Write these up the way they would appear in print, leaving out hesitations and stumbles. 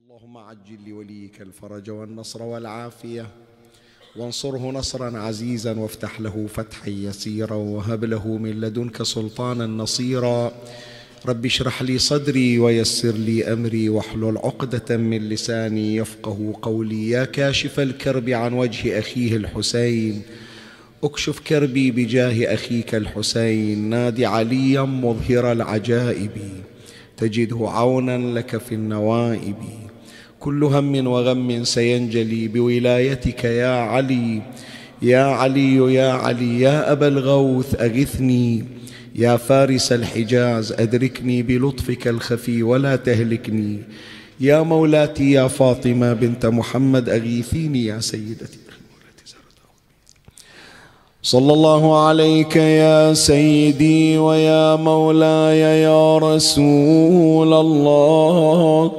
اللهم عجل لوليك الفرج والنصر والعافية، وانصره نصرا عزيزا، وافتح له فتحا يسيرا، وهب له من لدنك سلطانا نصيرا. رب اشرح لي صدري ويسر لي أمري، واحلل عقدة من لساني يفقه قولي. يا كاشف الكرب عن وجه أخيه الحسين، اكشف كربي بجاه أخيك الحسين. نادي عليا مظهر العجائب، تجده عونا لك في النوائب. كل هم وغم سينجلي بولايتك يا علي، يا علي يا علي. يا أبا الغوث أغثني، يا فارس الحجاز أدركني بلطفك الخفي ولا تهلكني. يا مولاتي يا فاطمة بنت محمد أغيثيني يا سيدتي. صلى الله عليك يا سيدي ويا مولاي يا رسول الله،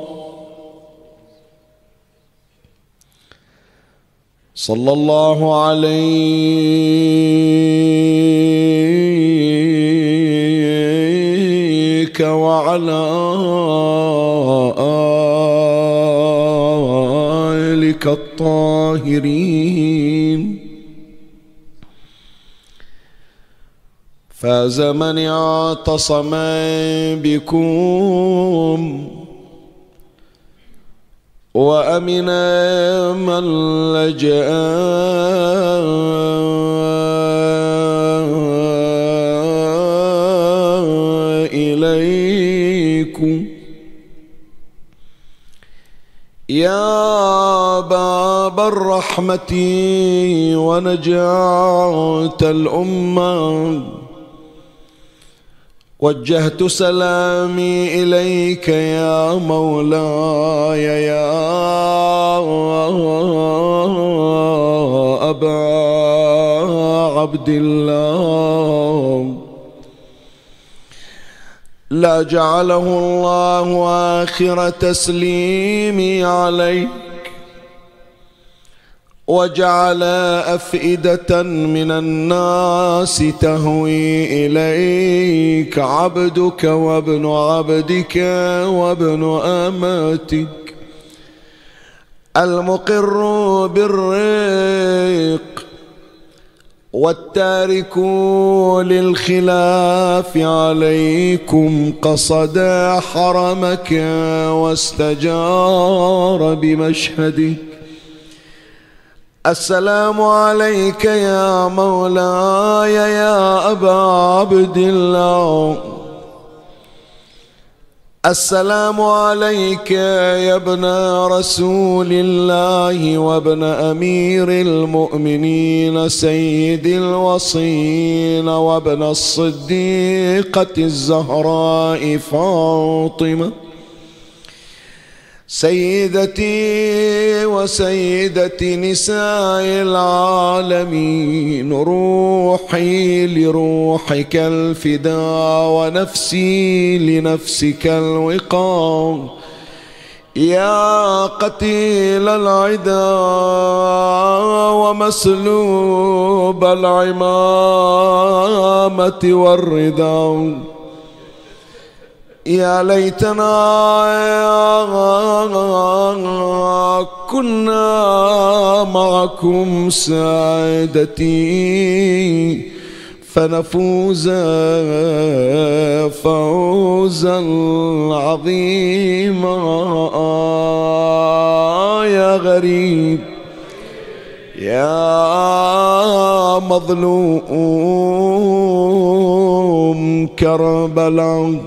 صلى الله عليك وعلى آلك الطاهرين. فاز من اعتصم بكم، وأمن من لجأ إليكم. يا باب الرحمة ونجاة الأمة، وجهت سلامي إليك يا مولاي يا أبا عبد الله. لا جعله الله آخر تسليمي عليك، وجعل أفئدة من الناس تهوي إليك. عبدك وابن عبدك وابن أمتك، المقر بالرق والتارك للخلاف عليكم، قصد حرمك واستجار بمشهدك. السلام عليك يا مولاي يا أبا عبد الله، السلام عليك يا ابن رسول الله وابن أمير المؤمنين سيد الوصين، وابن الصديقة الزهراء فاطمة سيدتي وسيدة نساء العالمين. روحي لروحك الفداء، ونفسي لنفسك الوقار. يا قتيل العدا ومسلوب العمامة والرداء، يا ليتنا كنا معكم سعادتي، فنفوز فوزا عظيما. يا غريب يا مظلوم كربلاء،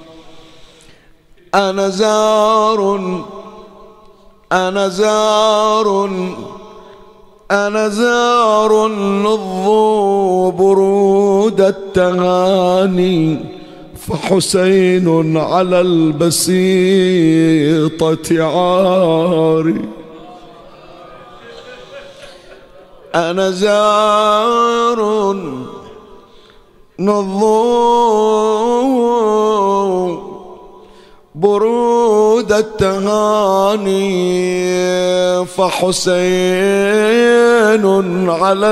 أنا زار أنا زار أنا زار نضو برود التهاني، فحسين على البسيطة عاري. أنا زار نضو برود التهاني، فحسين على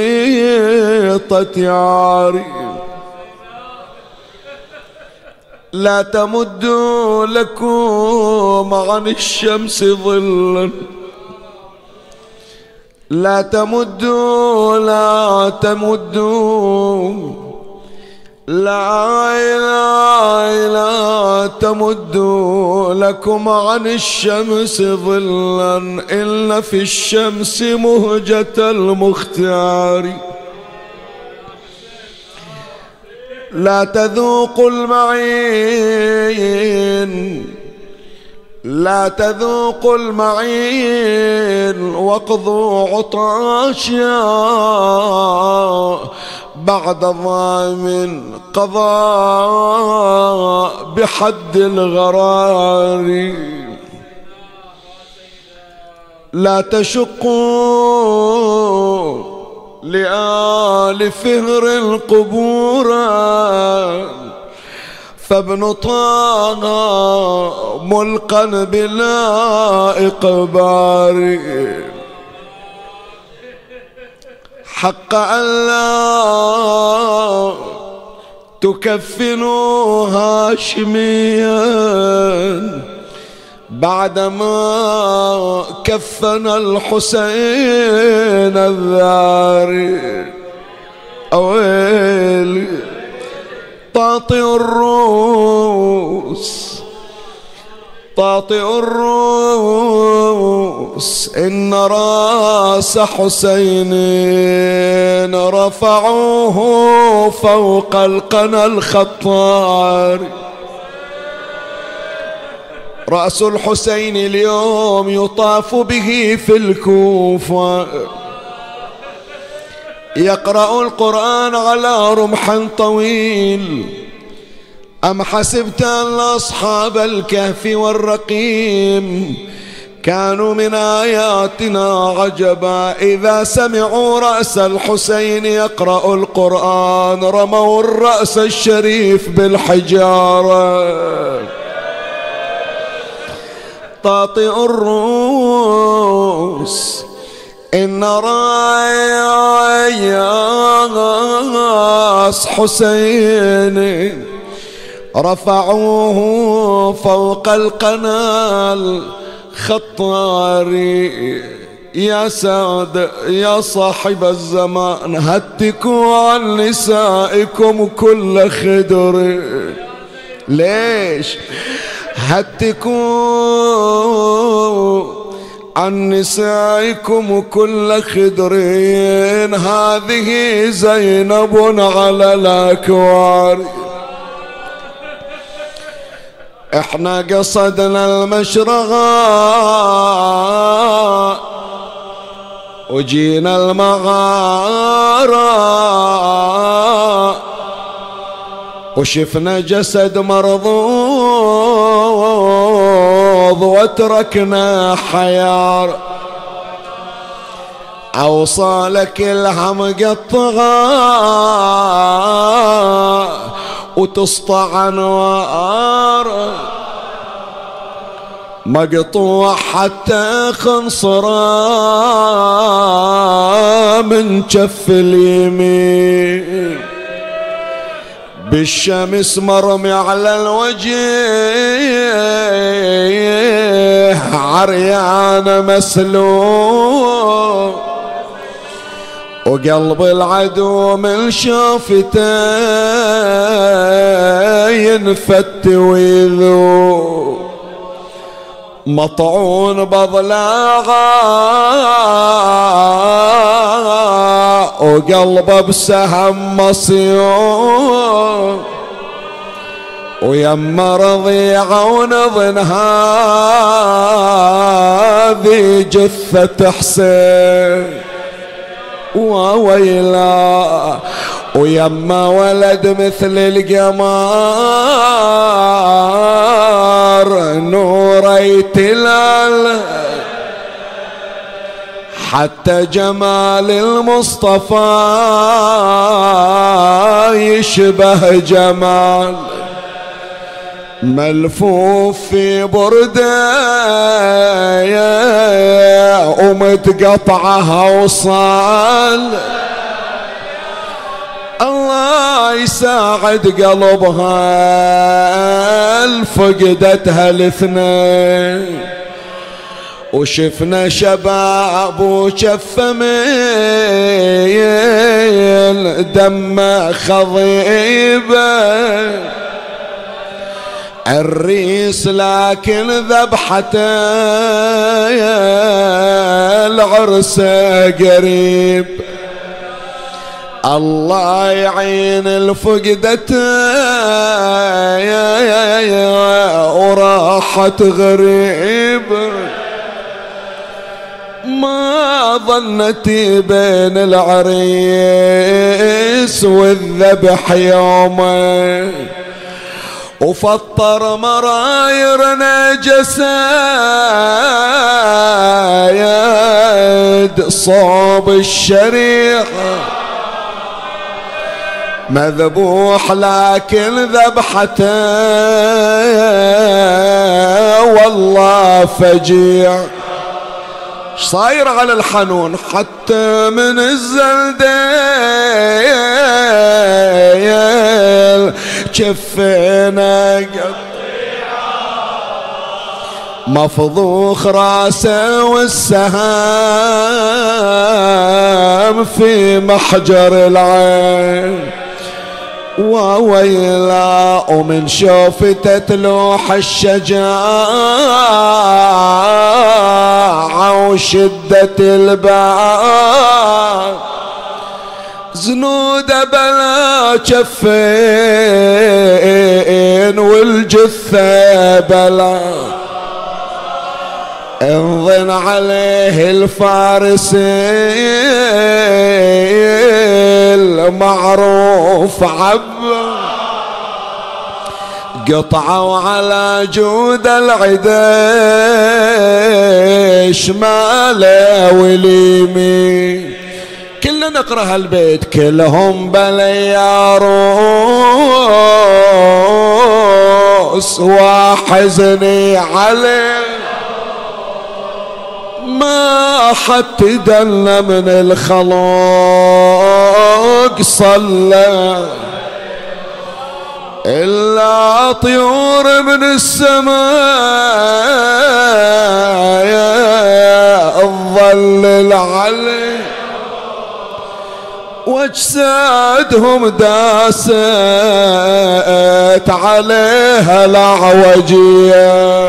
البسيطة عاري. لا تمدوا لكم عن الشمس ظلا، لا تمدوا، لا تمدوا، لا تمدوا لكم عن الشمس ظلا، إن في الشمس مهجة المختار. لا تذوقوا المعين، لا تذوقوا المعين، واقضوا عطاشا بعد ضام قضاء بحد الغرار. لا تشقوا لآل فهر القبور، فابن طه ملقا بلا إقبار. حق أن لا تكفنوا هاشميا بعدما كفن الحسين الذاري. أويلي طاطئ الروس، طاطئ الروس، إن راس حسين رفعوه فوق القنا الخطار. رأس الحسين اليوم يطاف به في الكوفة، يقرأ القرآن على رمح طويل. أم حسبت أن أصحاب الكهف والرقيم كانوا من آياتنا عجبا، إذا سمعوا رأس الحسين يقرأ القرآن رموا الرأس الشريف بالحجارة. طاطئ الرؤوس، إن راس حسين رفعوه فوق القنا الخطاري. يا سادة يا صاحب الزمان، هتكوا عن نسائكم كل خدر. ليش؟ هتكوا عن نسائكم كل خدر، هذه زينب على الأكوار. احنا قصدنا المشرقة وجينا المغارة، وشفنا جسد مرضوض وتركنا حيار. أوصالك الهم قطغى وتسطع انوار، مقطوع حتى خنصرة من جف اليمين، بالشمس مرمي على الوجه عريان مسلوق، وقلب العدو من شافته ينفت ويذوب، مطعون بضلاغة وقلبه بسهم مصيوب، ويما رضيعة ونظن هذه جثة حسين وويلا، ويما ولد مثل القمر نور يتلال، حتى جمال المصطفى يشبه جمال، ملفوف في بردة ومتقطعها وصال. الله يساعد قلبها فقدتها الاثنين. وشفنا شباب وشفة ميل دمه خضيبه الريس لكن ذبحته العرس قريب. الله يعين الفقدته وراحت غريب. ما ظنتي بين العريس والذبح يومه وفطر مراير نجسايد صوب الشريعة مذبوح لكن ذبحته والله فجيع. صاير على الحنون حتى من الزلديل شفينا مفضوخ راسه والسهام في محجر العين. وويلا ومن شوفته تلوح الشجاعة وشدة الباب زنود بلا شفين والجثة بلا انظن عليه الفارسي المعروف عب قطعوا على جود العدا شماله واليمين. كلنا نقرأ هالبيت كلهم بليا روس وحزني عليه ما حد دلنا من الخلق صلى إلا طيور من السماء الظلل عليه واجسادهم داست عليها العوجية.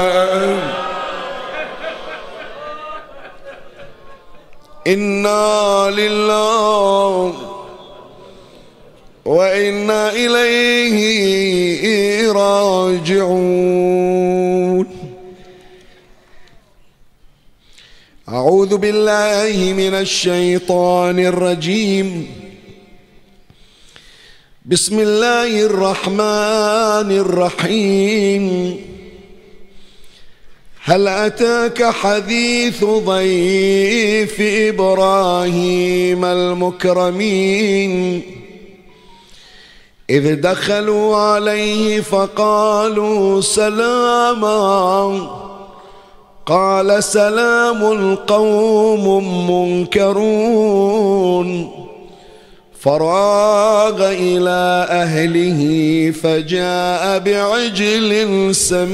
إنا لله وإنا إليه راجعون. أعوذ بالله من الشيطان الرجيم. بسم الله الرحمن الرحيم. هل أتاك حديث ضيف إبراهيم المكرمين إذ دخلوا عليه فقالوا سلاما قال سلام قوم منكرون فراغ إلى أهله فجاء بعجل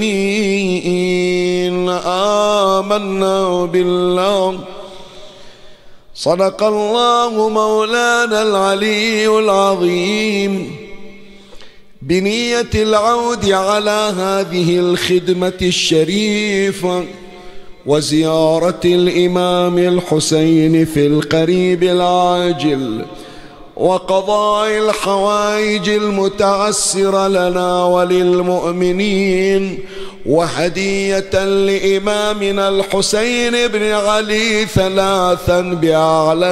سمين. آمنا بالله صدق الله مولانا العلي العظيم. بنية العود على هذه الخدمة الشريفة وزيارة الإمام الحسين في القريب العاجل وقضاء الحوائج المتعسرة لنا وللمؤمنين وهدية لإمامنا الحسين بن علي ثلاثا بأعلى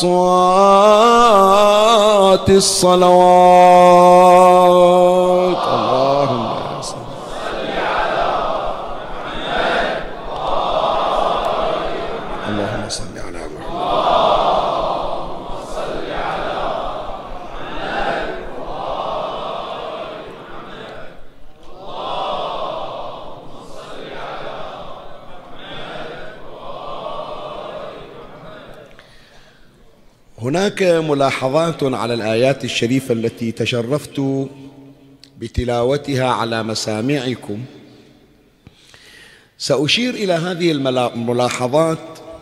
الأصوات الصلوات. اللهم صل على محمد. اللهم صل على محمد. هناك ملاحظات على الآيات الشريفة التي تشرفت بتلاوتها على مسامعكم. سأشير إلى هذه الملاحظات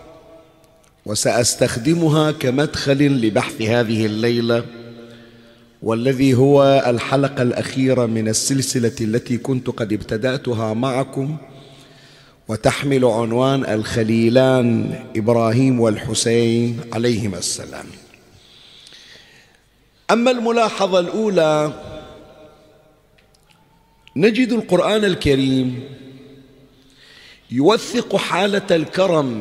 وسأستخدمها كمدخل لبحث هذه الليلة، والذي هو الحلقة الأخيرة من السلسلة التي كنت قد ابتدأتها معكم، وتحمل عنوان الخليلان إبراهيم والحسين عليهما السلام. أما الملاحظة الأولى، نجد القرآن الكريم يوثق حالة الكرم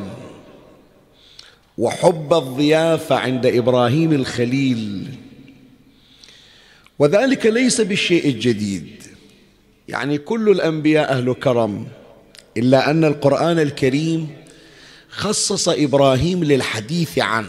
وحب الضيافة عند إبراهيم الخليل، وذلك ليس بالشيء الجديد، يعني كل الأنبياء أهل كرم، إلا أن القرآن الكريم خصص إبراهيم للحديث عنه.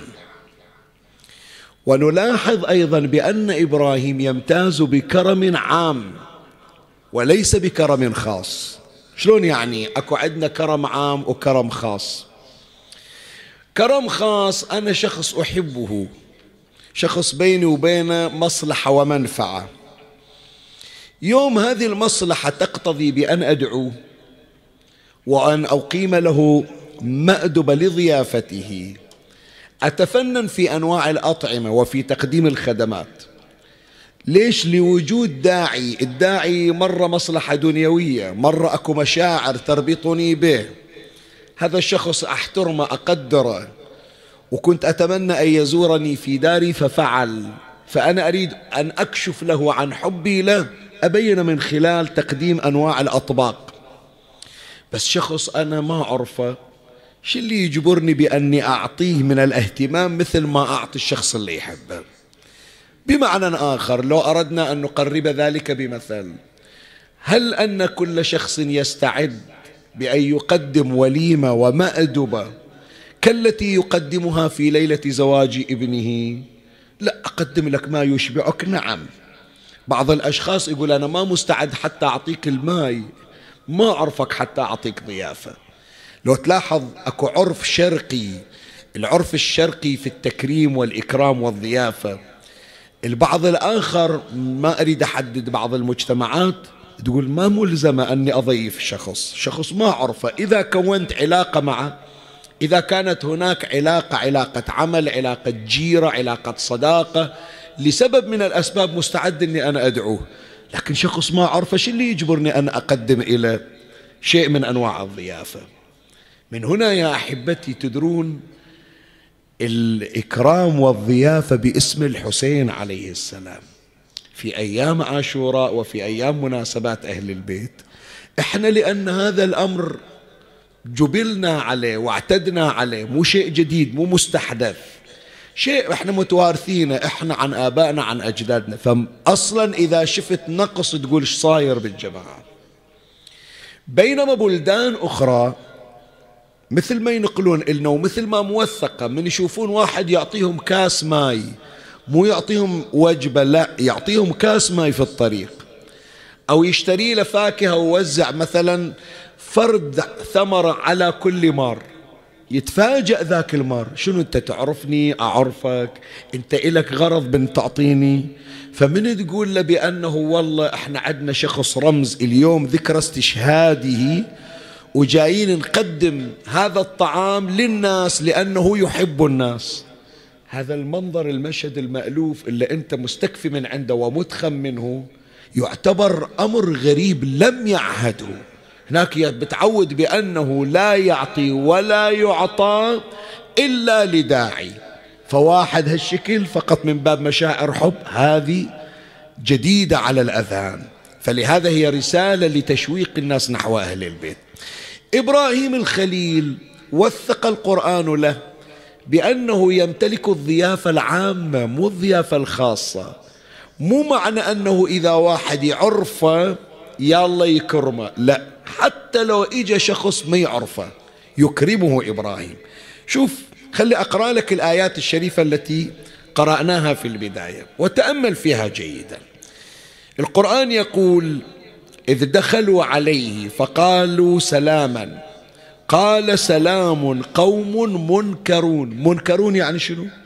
ونلاحظ أيضا بأن إبراهيم يمتاز بكرم عام وليس بكرم خاص. شلون يعني؟ أكو عندنا كرم عام وكرم خاص. كرم خاص أنا شخص أحبه، شخص بيني وبينه مصلحة ومنفعة، يوم هذه المصلحة تقتضي بأن أدعو وأن أقيم له مأدبة لضيافته، أتفنن في أنواع الأطعمة وفي تقديم الخدمات. ليش؟ لوجود داعي. الداعي مرة مصلحة دنيوية، مرة أكو مشاعر تربطني به. هذا الشخص أحترمه أقدره، وكنت أتمنى أن يزورني في داري ففعل، فأنا أريد أن أكشف له عن حبي له، أبين من خلال تقديم أنواع الأطباق. بس شخص أنا ما أعرفه، شو اللي يجبرني بأني أعطيه من الاهتمام مثل ما أعطي الشخص اللي يحبه؟ بمعنى آخر، لو أردنا أن نقرب ذلك بمثل، هل أن كل شخص يستعد بأن يقدم وليمة ومأدبة كالتي يقدمها في ليلة زواج ابنه؟ لا، أقدم لك ما يشبعك. نعم، بعض الأشخاص يقول أنا ما مستعد حتى أعطيك الماء، ما أعرفك حتى أعطيك ضيافة. لو تلاحظ أكو عرف شرقي، العرف الشرقي في التكريم والإكرام والضيافة. البعض الآخر، ما أريد أحدد، بعض المجتمعات تقول ما ملزمة أني أضيف شخص ما أعرفه. إذا كونت علاقة معه، إذا كانت هناك علاقة عمل، علاقة جيرة، علاقة صداقة، لسبب من الأسباب مستعد أني أنا أدعوه. لكن شخص ما أعرفه، شو اللي يجبرني أن أقدم إلى شيء من أنواع الضيافة؟ من هنا يا أحبتي تدرون الإكرام والضيافة باسم الحسين عليه السلام في أيام عاشوراء وفي أيام مناسبات أهل البيت. إحنا لأن هذا الأمر جبلنا عليه واعتدنا عليه، مو شيء جديد، مو مستحدث، شيء إحنا متوارثينه إحنا عن آبائنا عن أجدادنا. فأصلا إذا شفت نقص تقول إيش صاير بالجماعة. بينما بلدان أخرى مثل ما ينقلون إلنا ومثل ما موثقة، من يشوفون واحد يعطيهم كاس ماي، مو يعطيهم وجبة، لا، يعطيهم كاس ماي في الطريق، أو يشتري له فاكهة ووزع مثلا فرد ثمرة على كل مار. يتفاجأ ذاك المار، شنو أنت تعرفني أعرفك، أنت إلك غرض بن تعطيني؟ فمن تقول له بأنه والله إحنا عندنا شخص رمز اليوم ذكرى استشهاده وجايين نقدم هذا الطعام للناس لأنه يحب الناس، هذا المنظر، المشهد المألوف اللي أنت مستكفي من عنده ومتخم منه، يعتبر أمر غريب لم يعهده. هناك بتعود بأنه لا يعطي ولا يعطى إلا لداعي، فواحد هالشكل فقط من باب مشاعر حب، هذه جديدة على الأذهان. فلهذا هي رسالة لتشويق الناس نحو أهل البيت. إبراهيم الخليل وثق القرآن له بأنه يمتلك الضيافة العامة مو الضيافة الخاصة. مو معنى أنه إذا واحد يعرفه يالله يكرمه، لا، حتى لو إجا شخص ما يعرفه يكرمه إبراهيم. شوف، خلي أقرأ لك الآيات الشريفة التي قرأناها في البداية وتأمل فيها جيدا. القرآن يقول: إذ دخلوا عليه فقالوا سلاما قال سلام قوم منكرون. منكرون يعني شنو؟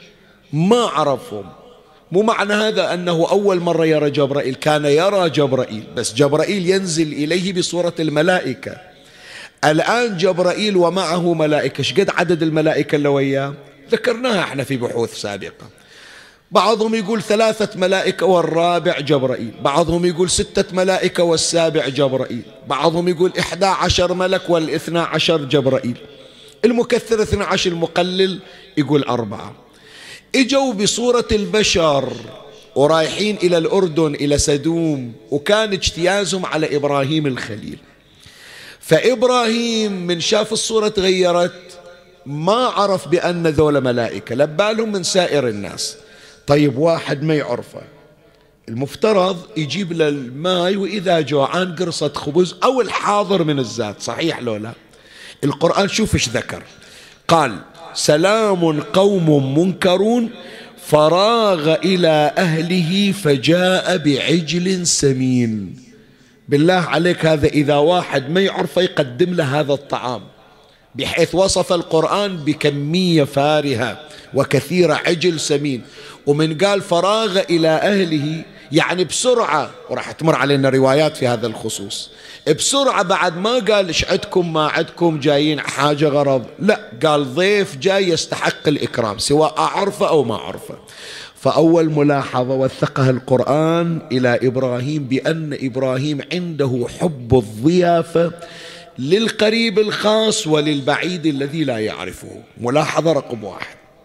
ما عرفهم. مو معنى هذا أنه أول مرة يرى جبرائيل، كان يرى جبرائيل، بس جبرائيل ينزل إليه بصورة الملائكة. الآن جبرائيل ومعه ملائكة، شقد عدد الملائكة اللي وياه؟ ذكرناها احنا في بحوث سابقة. بعضهم يقول 3 ملائكة والرابع جبرائيل، بعضهم يقول 6 ملائكة والسابع جبرائيل، بعضهم يقول 11 ملك وال12 جبرائيل. المكثر 12، المقلل يقول 4. اجوا بصورة البشر ورايحين إلى الأردن إلى سدوم، وكان اجتيازهم على إبراهيم الخليل. فإبراهيم من شاف الصورة تغيرت ما عرف بأن ذول ملائكة، لبالهم من سائر الناس. طيب واحد ما يعرفه، المفترض يجيب له الماء وإذا جوعان قرصة خبز أو الحاضر من الزاد، صحيح لو لا؟ القرآن شوف ايش ذكر، قال سلام قوم منكرون فراغ إلى أهله فجاء بعجل سمين. بالله عليك هذا إذا واحد ما يعرفه يقدم له هذا الطعام، بحيث وصف القرآن بكمية فارهة وكثيرة، عجل سمين. ومن قال فراغ إلى أهله يعني بسرعة، وراح تمر علينا روايات في هذا الخصوص، بسرعة، بعد ما قال إيش عندكم ما عندكم جايين حاجة غرض، لا، قال ضيف جاي يستحق الإكرام سواء أعرفه أو ما أعرفه. فأول ملاحظة وثقها القرآن إلى إبراهيم بأن إبراهيم عنده حب الضيافة للقريب الخاص وللبعيد الذي لا يعرفه. ملاحظة رقم 1.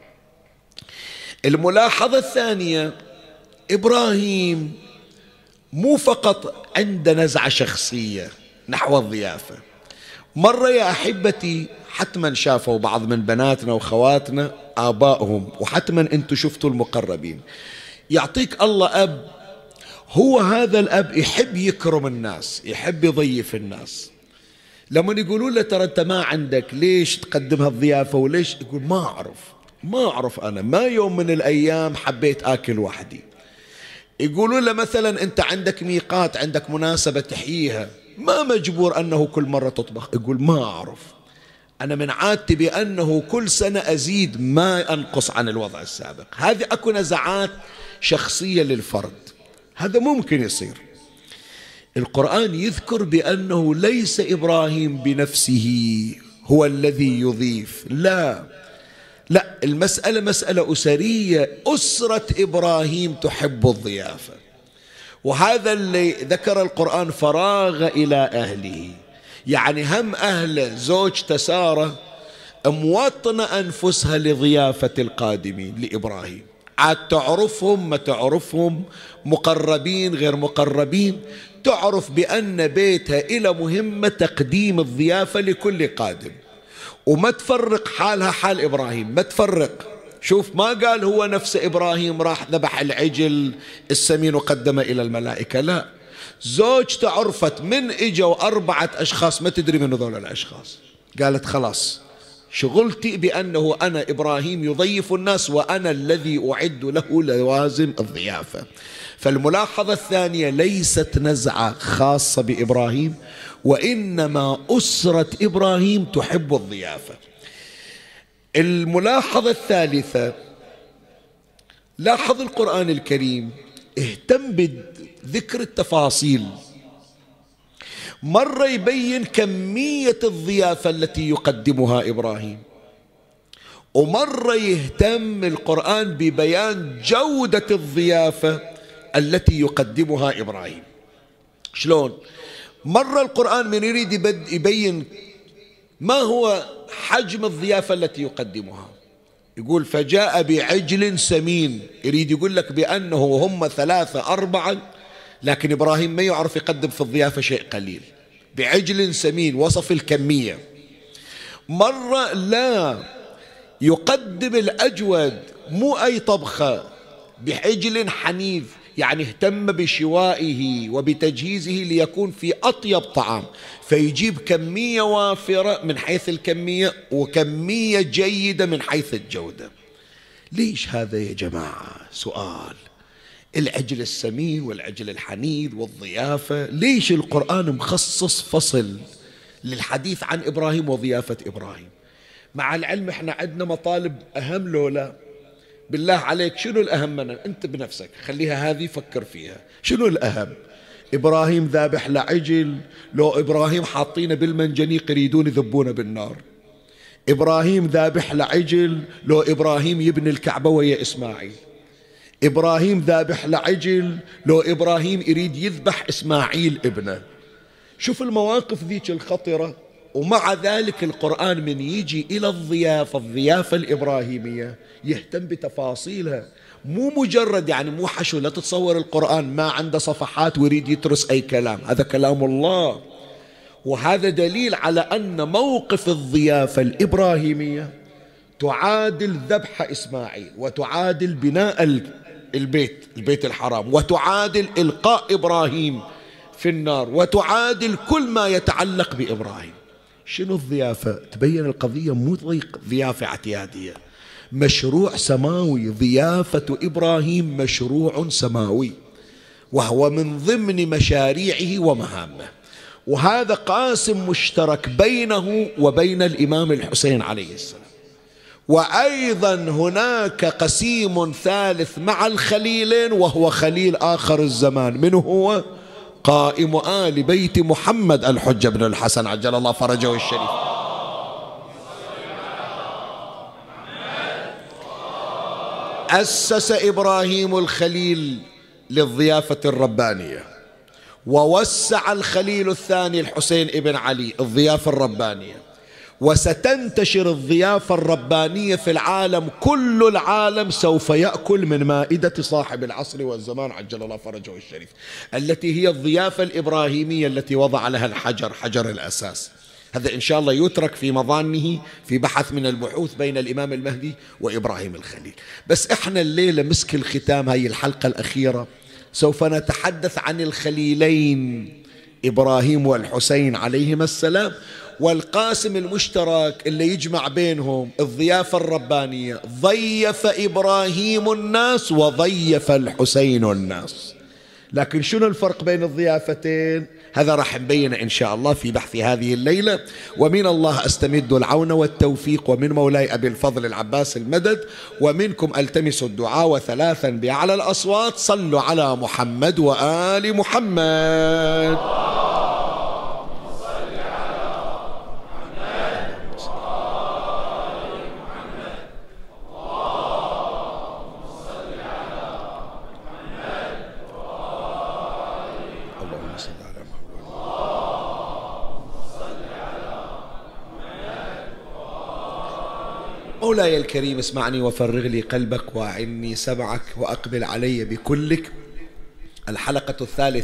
الملاحظة الثانية، إبراهيم مو فقط عنده نزعة شخصية نحو الضيافة. مرة يا أحبتي حتما شافوا بعض من بناتنا وخواتنا آبائهم، وحتما أنتم شفتوا المقربين، يعطيك الله أب، هو هذا الأب يحب يكرم الناس، يحب يضيف الناس. لما يقولوا له ترى أنت ما عندك، ليش تقدمها الضيافة وليش؟ يقول ما أعرف أنا ما يوم من الأيام حبيت آكل وحدي. يقولوا له مثلا أنت عندك ميقات، عندك مناسبة تحييها، ما مجبور أنه كل مرة تطبخ. يقول ما أعرف، أنا من عادتي بأنه كل سنة أزيد ما أنقص عن الوضع السابق. هذه أكو نزعات شخصية للفرد، هذا ممكن يصير. القرآن يذكر بأنه ليس إبراهيم بنفسه هو الذي يضيف، لا، المسألة مسألة أسرية، أسرة إبراهيم تحب الضيافة. وهذا اللي ذكر القرآن فراغ إلى أهله، يعني هم أهل زوجته سارة موطنة أنفسها لضيافة القادمين لإبراهيم، عاد تعرفهم ما تعرفهم، مقربين غير مقربين، تعرف بأن بيتها إلى مهمة تقديم الضيافة لكل قادم، وما تفرق حالها حال إبراهيم، ما تفرق. شوف ما قال هو نفس إبراهيم راح ذبح العجل السمين وقدمه إلى الملائكة، لا، زوجته عرفت من إجوا 4 أشخاص ما تدري من ذول الأشخاص، قالت خلاص شغلتي بأنه أنا إبراهيم يضيف الناس وأنا الذي أعد له لوازم الضيافة. فالملاحظة الثانية ليست نزعة خاصة بإبراهيم، وإنما أسرة إبراهيم تحب الضيافة. الملاحظة الثالثة، لاحظ القرآن الكريم اهتم بذكر التفاصيل، مرة يبين كمية الضيافة التي يقدمها إبراهيم، ومرة يهتم القرآن ببيان جودة الضيافة التي يقدمها إبراهيم. شلون؟ مرة القرآن من يريد يبين ما هو حجم الضيافة التي يقدمها، يقول فجاء بعجل سمين، يريد يقول لك بأنه هم 3 4، لكن إبراهيم ما يعرف يقدم في الضيافة شيء قليل، بعجل سمين وصف الكمية. مرة لا، يقدم الأجود، مو أي طبخة، بعجل حنيذ، يعني اهتم بشوائه وبتجهيزه ليكون في أطيب طعام، فيجيب كمية وافرة من حيث الكمية وكمية جيدة من حيث الجودة. ليش هذا يا جماعة؟ سؤال. العجل السمين والعجل الحنيذ والضيافة، ليش القرآن مخصص فصل للحديث عن إبراهيم وضيافة إبراهيم؟ مع العلم احنا عندنا مطالب أهم لولا، بالله عليك شنو الأهم منها؟ أنت بنفسك خليها هذه فكر فيها، شنو الأهم؟ إبراهيم ذابح لعجل، لو إبراهيم حاطينه بالمنجنيق يريدون يذبونه بالنار؟ إبراهيم ذابح لعجل، لو إبراهيم يبني الكعبة ويا إسماعيل؟ إبراهيم ذابح لعجل، لو إبراهيم يريد يذبح إسماعيل ابنه؟ شوف المواقف ذيك الخطرة. ومع ذلك القرآن من يجي إلى الضيافة الإبراهيمية يهتم بتفاصيلها، مو مجرد يعني مو حشو. لا تتصور القرآن ما عنده صفحات ويريد يترس أي كلام، هذا كلام الله. وهذا دليل على أن موقف الضيافة الإبراهيمية تعادل ذبح إسماعيل، وتعادل بناء البيت الحرام، وتعادل إلقاء إبراهيم في النار، وتعادل كل ما يتعلق بإبراهيم. شنو الضيافة؟ تبين القضية مو ضيافة اعتيادية، مشروع سماوي. ضيافة إبراهيم مشروع سماوي، وهو من ضمن مشاريعه ومهامه، وهذا قاسم مشترك بينه وبين الإمام الحسين عليه السلام. وأيضا هناك قسيم ثالث مع الخليلين، وهو خليل آخر الزمان، من هو؟ قائم آل بيت محمد الحجة بن الحسن عجل الله فرجه الشريف. أسس إبراهيم الخليل للضيافة الربانية، ووسع الخليل الثاني الحسين ابن علي الضيافة الربانية، وستنتشر الضيافة الربانية في العالم. كل العالم سوف يأكل من مائدة صاحب العصر والزمان عجل الله فرجه الشريف، التي هي الضيافة الإبراهيمية التي وضع لها حجر الأساس. هذا إن شاء الله يترك في مظانه في بحث من البحوث بين الإمام المهدي وإبراهيم الخليل. بس إحنا الليلة مسك الختام، هاي الحلقة الأخيرة سوف نتحدث عن الخليلين إبراهيم والحسين عليهما السلام، والقاسم المشترك اللي يجمع بينهم الضيافة الربانية. ضيف إبراهيم الناس وضيف الحسين الناس، لكن شنو الفرق بين الضيافتين؟ هذا راح نبينه إن شاء الله في بحث هذه الليلة. ومن الله أستمد العون والتوفيق، ومن مولاي أبي الفضل العباس المدد، ومنكم ألتمس الدعاء. وثلاثا بأعلى الأصوات صلوا على محمد وآل محمد. مولاي الكريم اسمعني وفرغ لي قلبك وأعني سمعك وأقبل علي بكلك. الحلقة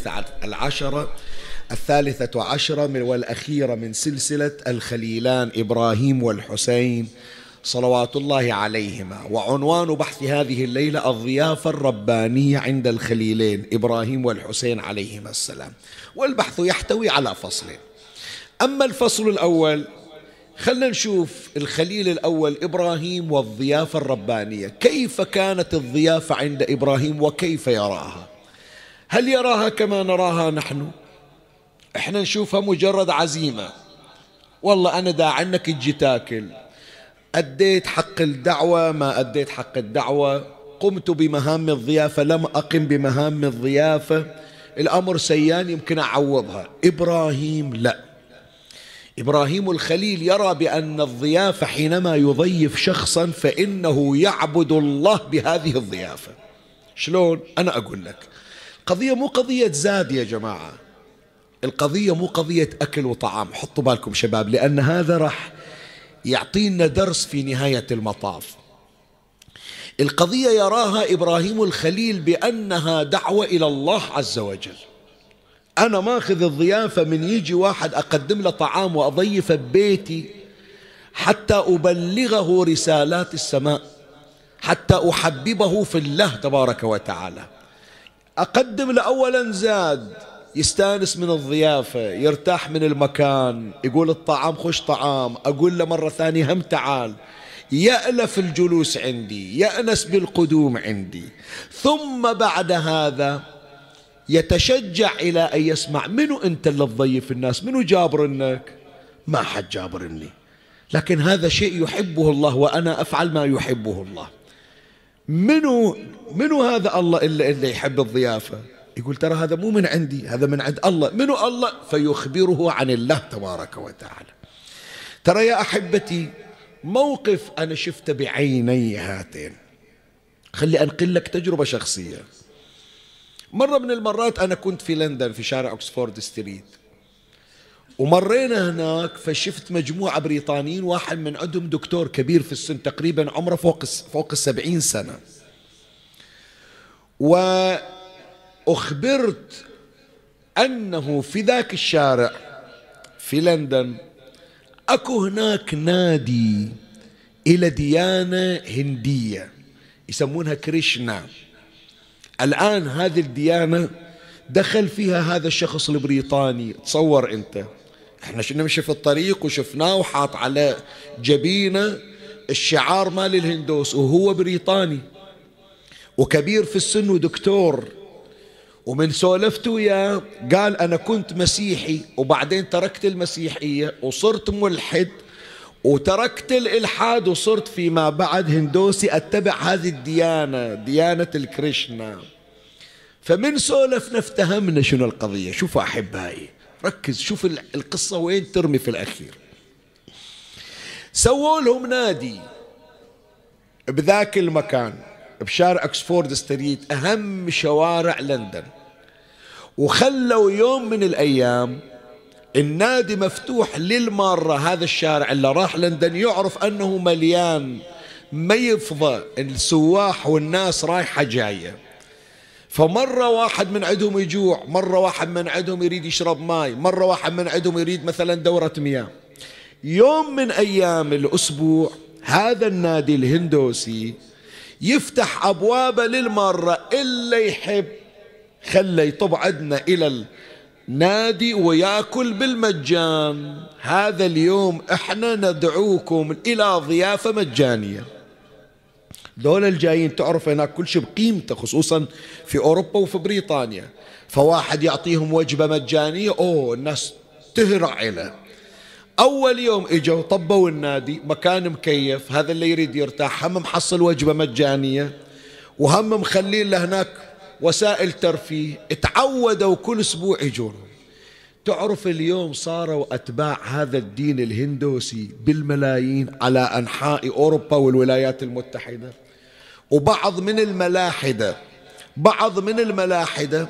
الثالثة عشرة والأخيرة من سلسلة الخليلان إبراهيم والحسين صلوات الله عليهما، وعنوان بحث هذه الليلة الضيافة الربانية عند الخليلين إبراهيم والحسين عليهما السلام. والبحث يحتوي على فصلين. أما الفصل الأول، خلنا نشوف الخليل الأول إبراهيم والضيافة الربانية. كيف كانت الضيافة عند إبراهيم وكيف يراها؟ هل يراها كما نراها نحن؟ احنا نشوفها مجرد عزيمة، والله أنا دا عنك تجي تاكل، أديت حق الدعوة ما أديت حق الدعوة، قمت بمهام الضيافة لم أقم بمهام الضيافة، الأمر سيان يمكن أعوضها. إبراهيم لا، إبراهيم الخليل يرى بأن الضيافة حينما يضيف شخصا فإنه يعبد الله بهذه الضيافة. شلون؟ أنا أقول لك، قضية مو قضية زاد يا جماعة، القضية مو قضية أكل وطعام، حطوا بالكم شباب، لأن هذا راح يعطينا درس في نهاية المطاف. القضية يراها إبراهيم الخليل بأنها دعوة إلى الله عز وجل. أنا ماخذ الضيافة من يجي واحد أقدم له طعام وأضيفه ببيتي حتى أبلغه رسالات السماء، حتى أحببه في الله تبارك وتعالى. أقدم له أولا زاد، يستانس من الضيافة، يرتاح من المكان، يقول الطعام خش طعام، أقول له مرة ثانية هم تعال، يألف الجلوس عندي، يأنس بالقدوم عندي. ثم بعد هذا يتشجع إلى أن يسمع منو أنت اللي تضيف الناس، منو جابرنك؟ ما حد جابرني، لكن هذا شيء يحبه الله وأنا أفعل ما يحبه الله. منو هذا الله اللي يحب الضيافة؟ يقول ترى هذا مو من عندي، هذا من عند الله. منو الله؟ فيخبره عن الله تبارك وتعالى. ترى يا أحبتي موقف أنا شفته بعيني هاتين، خلي أنقل لك تجربة شخصية. مرة من المرات أنا كنت في لندن في شارع أكسفورد ستريت، ومرينا هناك فشفت مجموعة بريطانيين، واحد من عندهم دكتور كبير في السن تقريبا عمره فوق 70 سنة، وأخبرت أنه في ذاك الشارع في لندن أكو هناك نادي إلى ديانة هندية يسمونها كريشنا. الآن هذه الديانة دخل فيها هذا الشخص البريطاني. تصور أنت، احنا نمشي في الطريق وشفناه وحاط على جبينه الشعار مال الهندوس، وهو بريطاني وكبير في السن ودكتور. ومن سولفته وياه قال أنا كنت مسيحي وبعدين تركت المسيحية وصرت ملحد وتركت الإلحاد وصرت فيما بعد هندوسي أتبع هذه الديانة، ديانة الكريشنا. فمن سولفنا افتهمنا شنو القضية. شوفوا أحبائي، ركز، شوف القصة وين ترمي في الأخير. سووا لهم نادي بذاك المكان بشارع أكسفورد ستريت، أهم شوارع لندن، وخلوا يوم من الأيام النادي مفتوح للمرة. هذا الشارع اللي راح لندن يعرف أنه مليان، ما يفضى السواح والناس رايحة جاية. فمرة واحد من عندهم يجوع، مرة واحد من عندهم يريد يشرب ماء، مرة واحد من عندهم يريد مثلا دورة مياه. يوم من أيام الأسبوع هذا النادي الهندوسي يفتح أبوابه للمرة، إلا يحب خلى يطب عندنا إلى النادي ويأكل بالمجان. هذا اليوم احنا ندعوكم إلى ضيافة مجانية. دول الجايين تعرف هناك كل شيء بقيمته، خصوصا في أوروبا وفي بريطانيا. فواحد يعطيهم وجبة مجانية، الناس تهرع له. أول يوم إجوا طبوا النادي، مكان مكيف، هذا اللي يريد يرتاح هم محصل وجبة مجانية وهم مخلين له هناك وسائل ترفيه. اتعودوا كل أسبوع يجون. تعرف اليوم صاروا أتباع هذا الدين الهندوسي بالملايين على أنحاء أوروبا والولايات المتحدة. وبعض من الملاحدة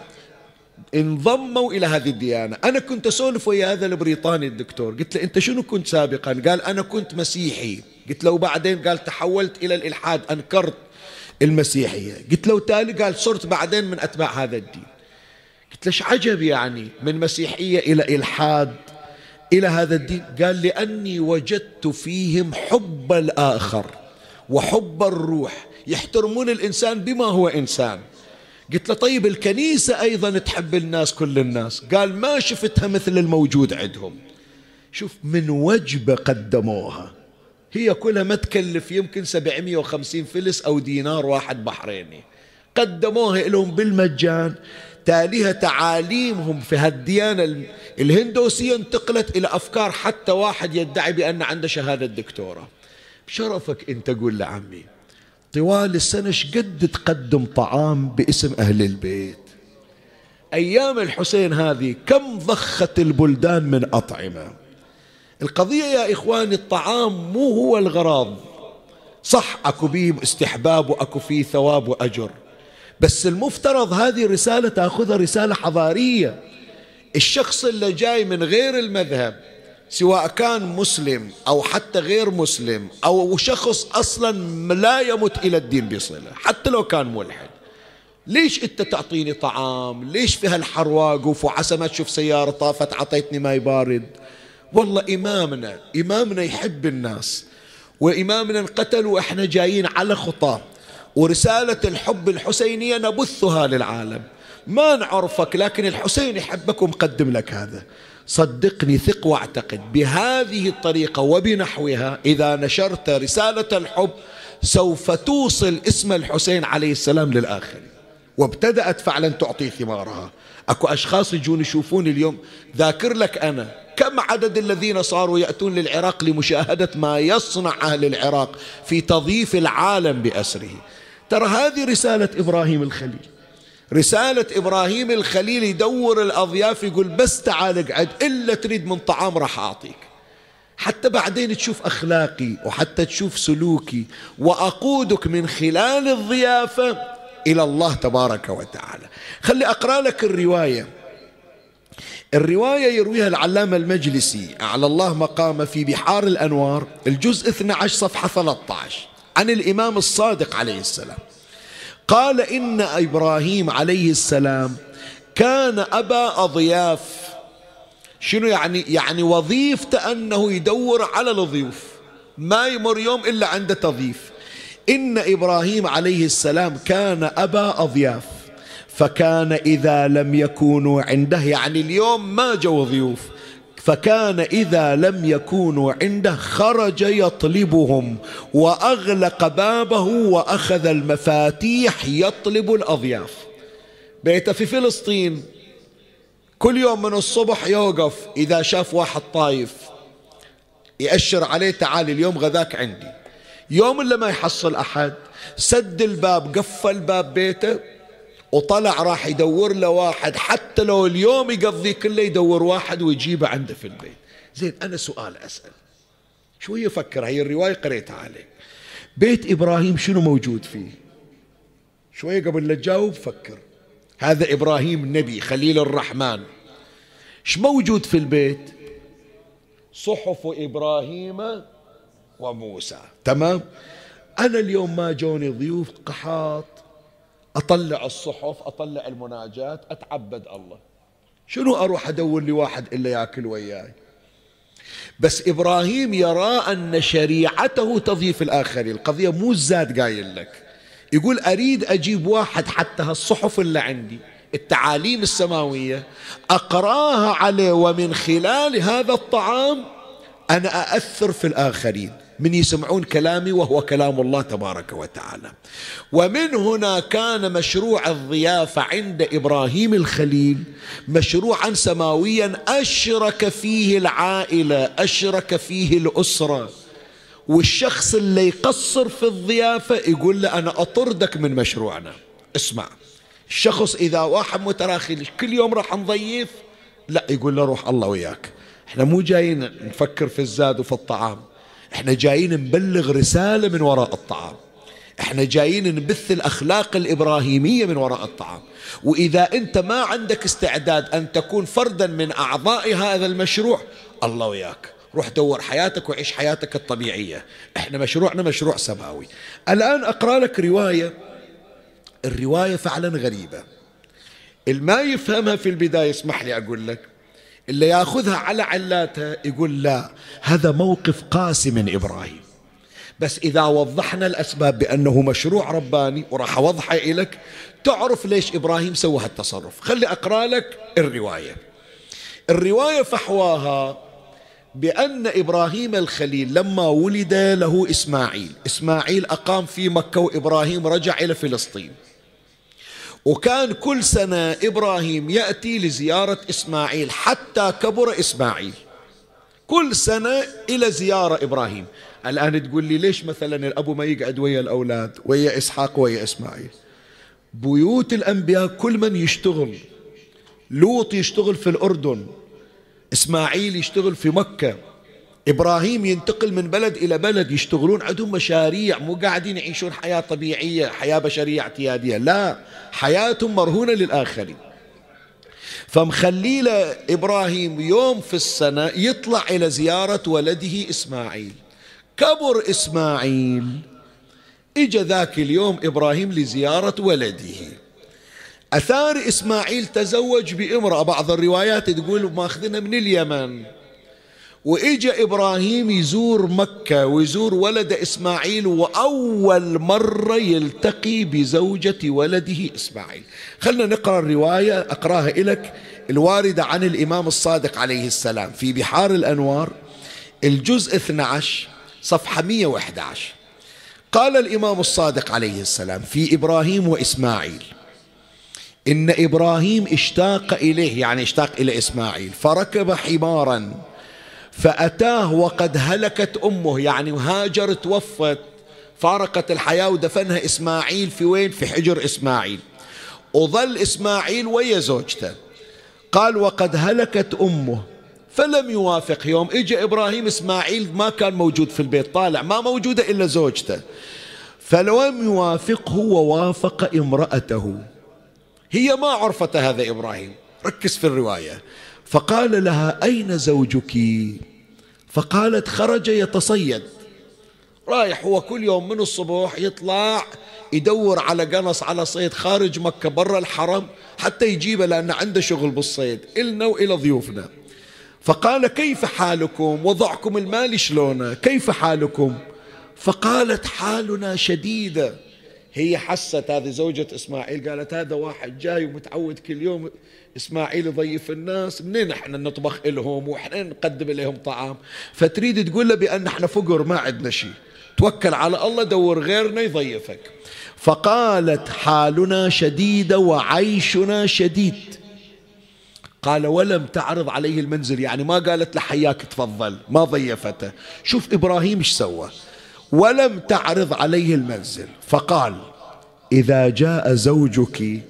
انضموا إلى هذه الديانة. أنا كنت أسولف ويا هذا البريطاني الدكتور، قلت له أنت شنو كنت سابقا؟ قال أنا كنت مسيحي. قلت له وبعدين؟ قال تحولت إلى الإلحاد، أنكرت المسيحية. قلت له تالي؟ قال صرت بعدين من أتباع هذا الدين. قلت له عجب يعني من مسيحية إلى إلحاد إلى هذا الدين؟ قال لأني وجدت فيهم حب الآخر وحب الروح، يحترمون الإنسان بما هو إنسان. قلت له طيب الكنيسة أيضا تحب الناس كل الناس؟ قال ما شفتها مثل الموجود عندهم. شوف من وجبة قدموها، هي كلها ما تكلف يمكن 750 فلس أو دينار واحد بحريني، قدموها لهم بالمجان. تاليها تعاليمهم في هالديانة الهندوسية انتقلت إلى أفكار، حتى واحد يدعي بأن عنده شهادة دكتوراه. بشرفك أنت قول لعمي طوال السنة شقد تقدم طعام باسم أهل البيت. أيام الحسين هذه كم ضخت البلدان من أطعمة. القضية يا إخواني الطعام مو هو الغراض، صح أكو بيه استحباب وأكو فيه ثواب وأجر، بس المفترض هذه رسالة تأخذها رسالة حضارية. الشخص اللي جاي من غير المذهب، سواء كان مسلم أو حتى غير مسلم أو شخص أصلا لا يمت إلى الدين بصلة، حتى لو كان ملحد، ليش أنت تعطيني طعام؟ ليش في هالحر واقف وعسى ما تشوف سيارة طافت عطيتني ماي بارد؟ والله إمامنا يحب الناس، وإمامنا انقتل وإحنا جايين على خطاه، ورسالة الحب الحسينية نبثها للعالم. ما نعرفك لكن الحسين يحبك ومقدم لك هذا. صدقني، ثق واعتقد بهذه الطريقة وبنحوها إذا نشرت رسالة الحب سوف توصل اسم الحسين عليه السلام للآخر، وابتدأت فعلا تعطي ثمارها. أكو أشخاص يجون يشوفون اليوم، ذاكر لك أنا كم عدد الذين صاروا يأتون للعراق لمشاهدة ما يصنع أهل العراق في تضييف العالم بأسره. ترى هذه رسالة إبراهيم الخليل. رسالة إبراهيم الخليل يدور الأضياف، يقول بس تعال اقعد، إلا تريد من طعام راح أعطيك، حتى بعدين تشوف أخلاقي وحتى تشوف سلوكي، وأقودك من خلال الضيافة إلى الله تبارك وتعالى. خلي أقرأ لك الرواية. الرواية يرويها العلامة المجلسي أعلى الله مقامه في بحار الأنوار الجزء 12 صفحة 13 عن الإمام الصادق عليه السلام. قال إن إبراهيم عليه السلام كان أبا أضياف. شنو يعني؟ يعني وظيفته أنه يدور على الضيوف، ما يمر يوم إلا عنده تضيف. إن إبراهيم عليه السلام كان أبا أضياف، فكان إذا لم يكونوا عنده، يعني اليوم ما جو ضيوف، فكان إذا لم يكونوا عنده خرج يطلبهم وأغلق بابه وأخذ المفاتيح يطلب الأضياف. بيته في فلسطين، كل يوم من الصبح يوقف، إذا شاف واحد طايف يأشر عليه تعال اليوم غذاك عندي. يوم اللي ما يحصل أحد سد الباب، قفل باب بيته وطلع راح يدور له واحد، حتى لو اليوم يقضي كله يدور واحد ويجيبه عنده في البيت. زين، أنا سؤال أسأل، شوية فكر، هي الرواية قريتها عليك، بيت إبراهيم شنو موجود فيه؟ شوية قبل لا تجاوب فكر. هذا إبراهيم نبي خليل الرحمن، ايش موجود في البيت؟ صحف إبراهيم وموسى، تمام. أنا اليوم ما جوني ضيوف قحاط، أطلع الصحف، أطلع المناجات، أتعبد الله، شنو أروح أدور لي واحد إلا يأكل وياي؟ بس إبراهيم يرى أن شريعته تضيف الآخرين. القضية مو الزاد قايل لك، يقول أريد أجيب واحد حتى هالصحف اللي عندي، التعاليم السماوية أقراها عليه، ومن خلال هذا الطعام أنا أأثر في الآخرين من يسمعون كلامي وهو كلام الله تبارك وتعالى. ومن هنا كان مشروع الضيافة عند إبراهيم الخليل مشروعا سماويا أشرك فيه العائلة، أشرك فيه الأسرة. والشخص اللي يقصر في الضيافة يقول له أنا أطردك من مشروعنا. اسمع، الشخص إذا واحد متراخي كل يوم راح نضيف، لا، يقول له روح الله وياك، احنا مو جايين نفكر في الزاد وفي الطعام، احنا جايين نبلغ رسالة من وراء الطعام، احنا جايين نبث الأخلاق الإبراهيمية من وراء الطعام. وإذا أنت ما عندك استعداد أن تكون فردا من أعضاء هذا المشروع، الله وياك، روح دور حياتك وعيش حياتك الطبيعية، احنا مشروعنا مشروع سماوي. الآن أقرأ لك رواية، الرواية فعلا غريبة، الما يفهمها في البداية اسمح لي أقول لك، اللي يأخذها على علاتها يقول لا، هذا موقف قاسي من إبراهيم، بس إذا وضحنا الأسباب بأنه مشروع رباني وراح أوضحها إليك تعرف ليش إبراهيم سوى هالتصرف. خلي أقرأ لك الرواية. الرواية فحواها بأن إبراهيم الخليل لما ولد له إسماعيل أقام في مكة، وإبراهيم رجع إلى فلسطين، وكان كل سنة إبراهيم يأتي لزيارة إسماعيل حتى كبر إسماعيل، كل سنة إلى زيارة إبراهيم. الآن تقول لي ليش مثلا الأبو ما يقعد ويا الأولاد، ويا إسحاق ويا إسماعيل؟ بيوت الأنبياء كل من يشتغل، لوط يشتغل في الأردن، إسماعيل يشتغل في مكة، إبراهيم ينتقل من بلد إلى بلد، يشتغلون عندهم مشاريع، مو قاعدين يعيشون حياة طبيعية، حياة بشرية اعتيادية، لا، حياتهم مرهونة للآخرين. فمخلي له إبراهيم يوم في السنة يطلع إلى زيارة ولده إسماعيل. كبر إسماعيل، إجا ذاك اليوم إبراهيم لزيارة ولده. أثار إسماعيل تزوج بامرأة، بعض الروايات تقول ماخذنا من اليمن، وإجا إبراهيم يزور مكة ويزور ولد إسماعيل، وأول مرة يلتقي بزوجة ولده إسماعيل. خلنا نقرأ الرواية، أقراها إلك، الواردة عن الإمام الصادق عليه السلام في بحار الأنوار الجزء 12 صفحة 111. قال الإمام الصادق عليه السلام في إبراهيم وإسماعيل: إن إبراهيم اشتاق إليه، يعني اشتاق إلى إسماعيل، فركب حمارا فأتاه وقد هلكت أمه، يعني هاجر توفت، فارقت الحياة ودفنها إسماعيل في وين؟ في حجر إسماعيل. وظل إسماعيل ويا زوجته. قال وقد هلكت أمه فلم يوافق يوم. إجا إبراهيم، إسماعيل ما كان موجود في البيت، طالع ما موجودة إلا زوجته، فلم يوافقه ووافق امرأته. هي ما عرفت هذا إبراهيم، ركز في الرواية. فقال لها أين زوجك؟ فقالت خرج يتصيد. رايح هو كل يوم من الصبح يطلع يدور على قنص على صيد خارج مكة برا الحرم حتى يجيبه، لأن عنده شغل بالصيد إلنا وإلى ضيوفنا. فقال كيف حالكم؟ وضعكم المال شلونه؟ كيف حالكم؟ فقالت حالنا شديدة. هي حست، هذه زوجة إسماعيل، قالت هذا واحد جاي ومتعود كل يوم إسماعيل يضيف الناس، منين احنا نطبخ لهم واحنا نقدم لهم طعام؟ فتريد تقول له بأن احنا فقر ما عندنا شيء، توكل على الله دور غيرنا يضيفك. فقالت حالنا شديدة وعيشنا شديد. قال ولم تعرض عليه المنزل، يعني ما قالت له حياك تفضل، ما ضيفته. شوف إبراهيم ايش سوى، ولم تعرض عليه المنزل. فقال إذا جاء زوجك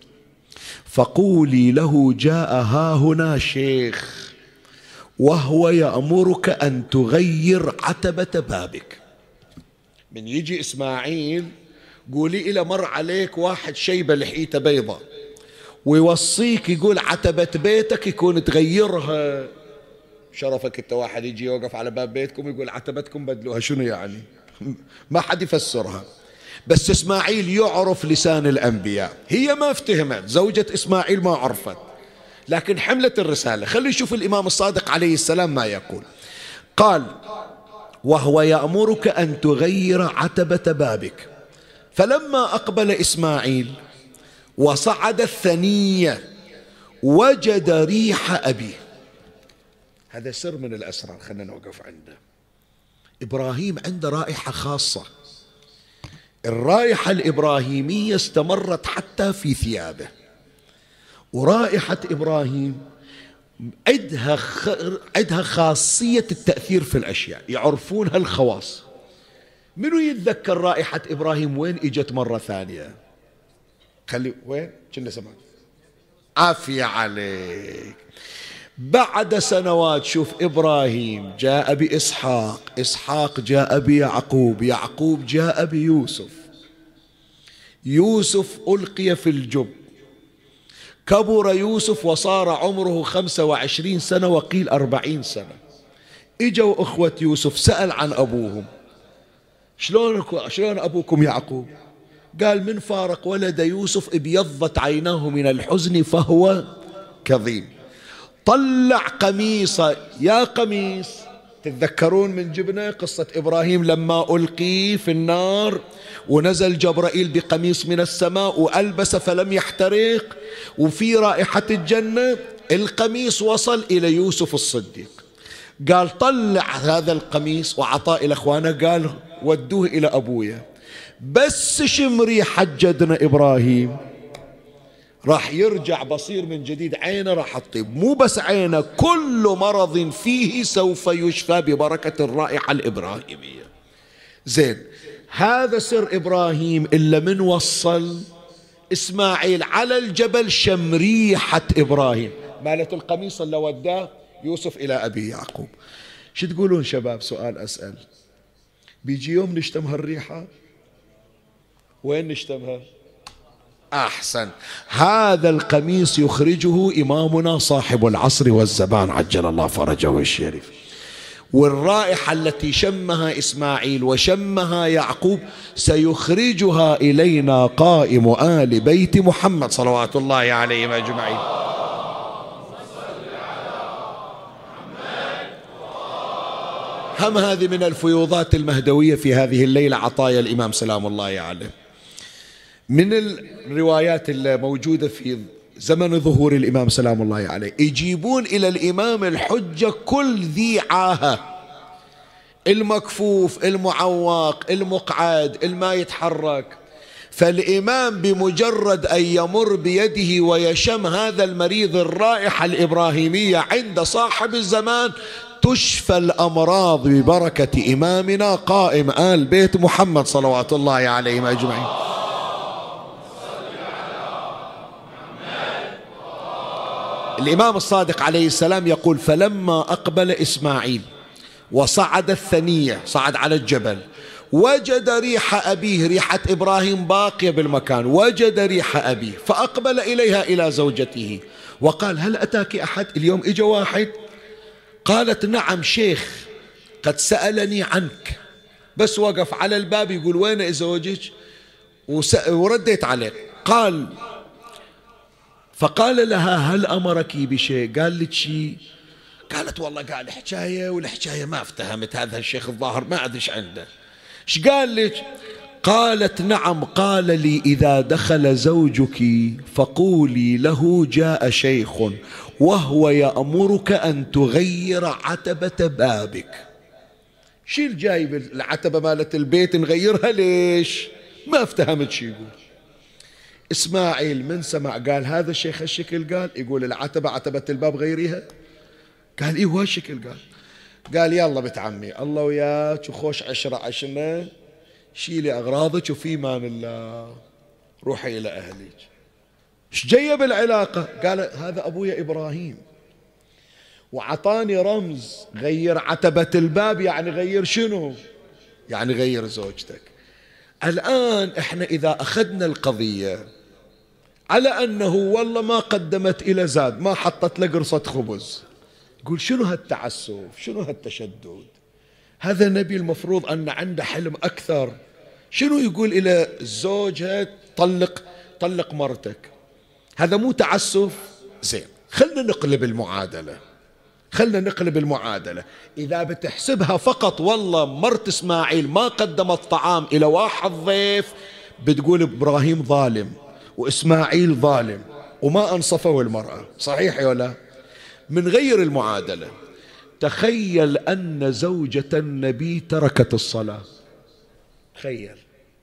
فقولي له جاء ها هنا شيخ وهو يأمرك أن تغير عتبة بابك. من يجي إسماعيل قولي إلى مر عليك واحد شيبة لحيته بيضة ويوصيك، يقول عتبة بيتك يكون تغيرها. شرفك انت واحد يجي يوقف على باب بيتكم يقول عتبتكم بدلوها، شنو يعني؟ ما حد يفسرها. بس إسماعيل يعرف لسان الأنبياء، هي ما افتهمت، زوجة إسماعيل ما عرفت، لكن حملت الرسالة. خلي نشوف الإمام الصادق عليه السلام ما يقول. قال وهو يأمرك أن تغير عتبة بابك. فلما أقبل إسماعيل وصعد الثنية وجد ريح أبيه. هذا سر من الأسرار، خلنا نوقف عنده. إبراهيم عنده رائحة خاصة، الرائحة الإبراهيمية استمرت حتى في ثيابه. ورائحة إبراهيم عندها خاصية التأثير في الأشياء، يعرفونها الخواص. منو يتذكر رائحة إبراهيم وين إجت مرة ثانية؟ خلي وين كنا سمعت. عافية عليك. بعد سنوات شوف إبراهيم جاء بإسحاق، إسحاق جاء بيعقوب، يعقوب جاء بيوسف، يوسف ألقي في الجب، كبر يوسف وصار عمره 25 سنة وقيل 40 سنة. إجوا أخوة يوسف سأل عن أبوهم، شلون أبوكم يعقوب؟ قال من فارق ولد يوسف ابيضت عيناه من الحزن فهو كظيم. طلع قميصه، يا قميص. تتذكرون من جبنا قصة إبراهيم لما ألقي في النار ونزل جبرائيل بقميص من السماء وألبس فلم يحترق وفي رائحة الجنة. القميص وصل إلى يوسف الصديق، قال طلع هذا القميص وعطاه إلى أخوانه، قال ودوه إلى أبويا، بس شم ريحة جدنا إبراهيم راح يرجع بصير من جديد، عينه راح تطيب، مو بس عينه، كل مرض فيه سوف يشفى ببركة الرائحة الإبراهيمية. زين، هذا سر إبراهيم إلا من وصل إسماعيل على الجبل شم ريحة إبراهيم، مالت القميص اللي وداه يوسف إلى أبي يعقوب. شو تقولون شباب؟ سؤال أسأل، بيجي يوم نشتم هالريحة؟ وين نشتمها؟ أحسن، هذا القميص يخرجه إمامنا صاحب العصر والزمان عجل الله فرجه الشريف. والرائحة التي شمها إسماعيل وشمها يعقوب سيخرجها إلينا قائم آل بيت محمد صلوات الله عليهم أجمعين. هم هذه من الفيوضات المهدوية في هذه الليلة عطايا الإمام سلام الله عليه. من الروايات الموجودة في زمن ظهور الإمام سلام الله عليه، يجيبون إلى الإمام الحجة كل ذي عاهة، المكفوف، المعوق، المقعد، الما يتحرك. فالإمام بمجرد أن يمر بيده ويشم هذا المريض الرائحة الإبراهيمية عند صاحب الزمان تشفى الأمراض ببركة إمامنا قائم آل بيت محمد صلوات الله عليهم أجمعين. الإمام الصادق عليه السلام يقول: فلما أقبل إسماعيل وصعد الثنية، صعد على الجبل، وجد ريح أبيه، ريحة إبراهيم باقية بالمكان، وجد ريح أبيه فأقبل إليها إلى زوجته وقال: هل أتاك أحد؟ اليوم إجا واحد. قالت: نعم شيخ قد سألني عنك، بس وقف على الباب يقول: وين زوجك؟ ورديت عليه. فقال لها: هل أمرك بشيء؟ قال لك شيء؟ قالت: والله قال حكاية، والحكاية ما افتهمت، هذا الشيخ الظاهر ما أدري ايش عنده. ايش قال لك؟ قالت: نعم قال لي: إذا دخل زوجك فقولي له جاء شيخ وهو يأمرك أن تغير عتبة بابك. شيل جايب العتبة مالت البيت نغيرها، ليش؟ ما افتهمت شي يقول. إسماعيل من سمع قال: هذا الشيخ هالشكل؟ قال: يقول العتبة عتبة الباب غيريها. قال: إيه هالشكل؟ قال: يلا بنت عمي الله وياك وخوش عشرة عشنا، شيلي أغراضك وفي مان الله روحي إلى أهلك. ايش جايه بالعلاقة؟ قال: هذا أبويا إبراهيم وعطاني رمز، غير عتبة الباب، يعني غير شنو؟ يعني غير زوجتك. الآن احنا إذا أخذنا القضية على أنه والله ما قدمت إلى زاد، ما حطت له قرصة خبز، يقول شنو هالتعسف، شنو هالتشدد؟ هذا نبي المفروض أن عنده حلم أكثر. شنو يقول إلى زوجها طلق مرتك؟ هذا مو تعسف؟ زين، خلنا نقلب المعادلة. إذا بتحسبها فقط والله مرت إسماعيل ما قدمت طعام إلى واحد ضيف، بتقول إبراهيم ظالم وإسماعيل ظالم وما أنصفه المرأة، صحيح ولا؟ من غير المعادلة، تخيل أن زوجة النبي تركت الصلاة. تخيل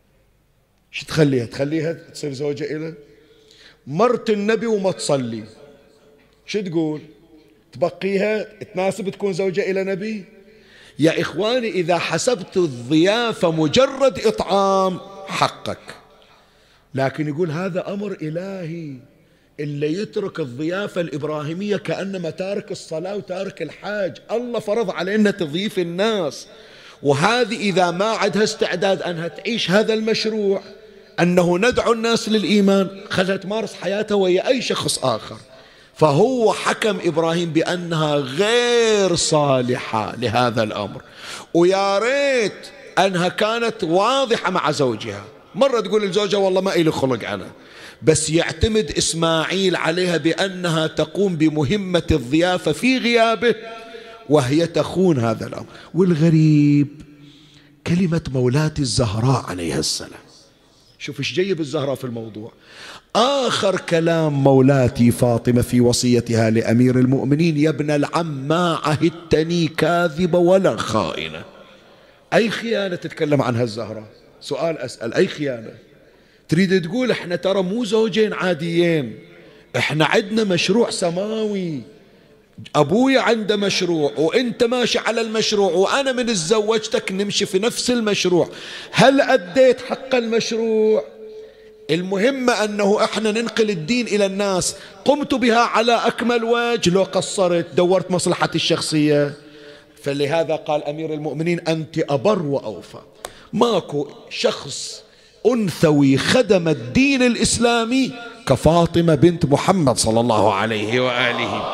شو تخليها تصير زوجة إله؟ مرت النبي وما تصلي، شو تقول؟ تبقيها تناسب تكون زوجة إلى نبي؟ يا إخواني، إذا حسبت الضيافة مجرد إطعام حقك، لكن يقول هذا أمر إلهي، اللي يترك الضيافة الإبراهيمية كأنما تارك الصلاة وتارك الحاج. الله فرض علينا تضييف الناس، وهذه إذا ما عندها استعداد أنها تعيش هذا المشروع، أنه ندعو الناس للإيمان، خلها تمارس حياتها ويا أي شخص آخر. فهو حكم إبراهيم بأنها غير صالحة لهذا الأمر، ويا ريت أنها كانت واضحة مع زوجها. مرة تقول لزوجها والله ما إلي خلق أنا، بس يعتمد إسماعيل عليها بأنها تقوم بمهمة الضيافة في غيابه، وهي تخون هذا الأمر. والغريب كلمة مولاتي الزهراء عليها السلام، شوف ايش جايب الزهراء في الموضوع. آخر كلام مولاتي فاطمة في وصيتها لأمير المؤمنين: يا ابن العم ما عهدتني كاذبة ولا خائنة. أي خيانة تتكلم عنها الزهراء؟ سؤال أسأل، أي خيانة؟ تريد تقول احنا ترى مو زوجين عاديين، احنا عندنا مشروع سماوي، أبويا عنده مشروع وانت ماشي على المشروع، وأنا من تزوجتك نمشي في نفس المشروع. هل أديت حق المشروع؟ المهم أنه احنا ننقل الدين إلى الناس. قمت بها على أكمل وجه؟ لو قصرت دورت مصلحتي الشخصية؟ فلهذا قال أمير المؤمنين: أنت أبر وأوفى. ماكو شخص أنثوي خدم الدين الإسلامي كفاطمة بنت محمد صلى الله عليه وآله.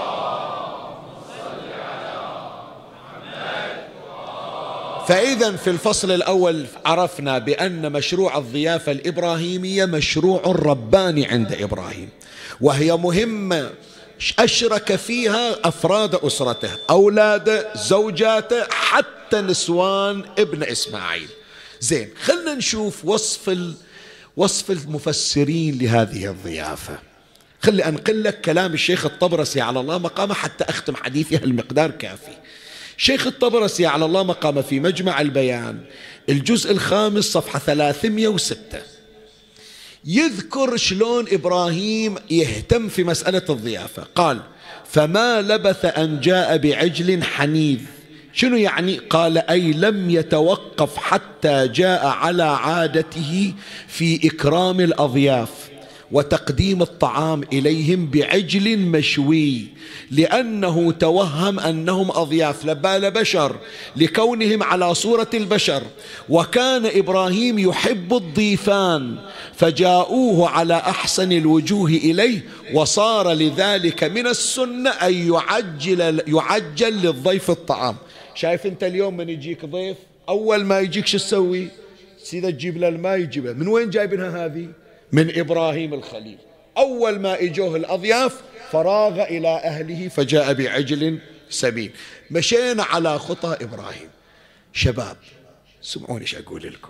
فإذا في الفصل الأول عرفنا بأن مشروع الضيافة الإبراهيمية مشروع رباني عند إبراهيم، وهي مهمة أشرك فيها أفراد أسرته، أولاده، زوجاته، حتى نسوان ابن إسماعيل. زين، خلنا نشوف وصف المفسرين لهذه الضيافة. خلي أنقل لك كلام الشيخ الطبرسي على الله مقامه حتى أختم حديثي، هالمقدار كافي. شيخ الطبرسي على الله مقامه في مجمع البيان الجزء 5 صفحة 306 يذكر شلون إبراهيم يهتم في مسألة الضيافة. قال: فما لبث أن جاء بعجل حنيذ. شنو يعني؟ قال أي لم يتوقف حتى جاء على عادته في إكرام الأضياف وتقديم الطعام إليهم بعجل مشوي، لأنه توهم أنهم أضياف لبال بشر لكونهم على صورة البشر، وكان إبراهيم يحب الضيفان فجاءوه على أحسن الوجوه إليه، وصار لذلك من السنة أن يعجل للضيف الطعام. شايف أنت اليوم من يجيك ضيف أول ما يجيك شو تسوي؟ سيدة تجيب له الماء يجيبه. من وين جايبينها هذه؟ من إبراهيم الخليل. أول ما إجوه الأضياف فراغ إلى أهله فجاء بعجل سمين. مشينا على خطى إبراهيم. شباب سمعوني ايش أقول لكم.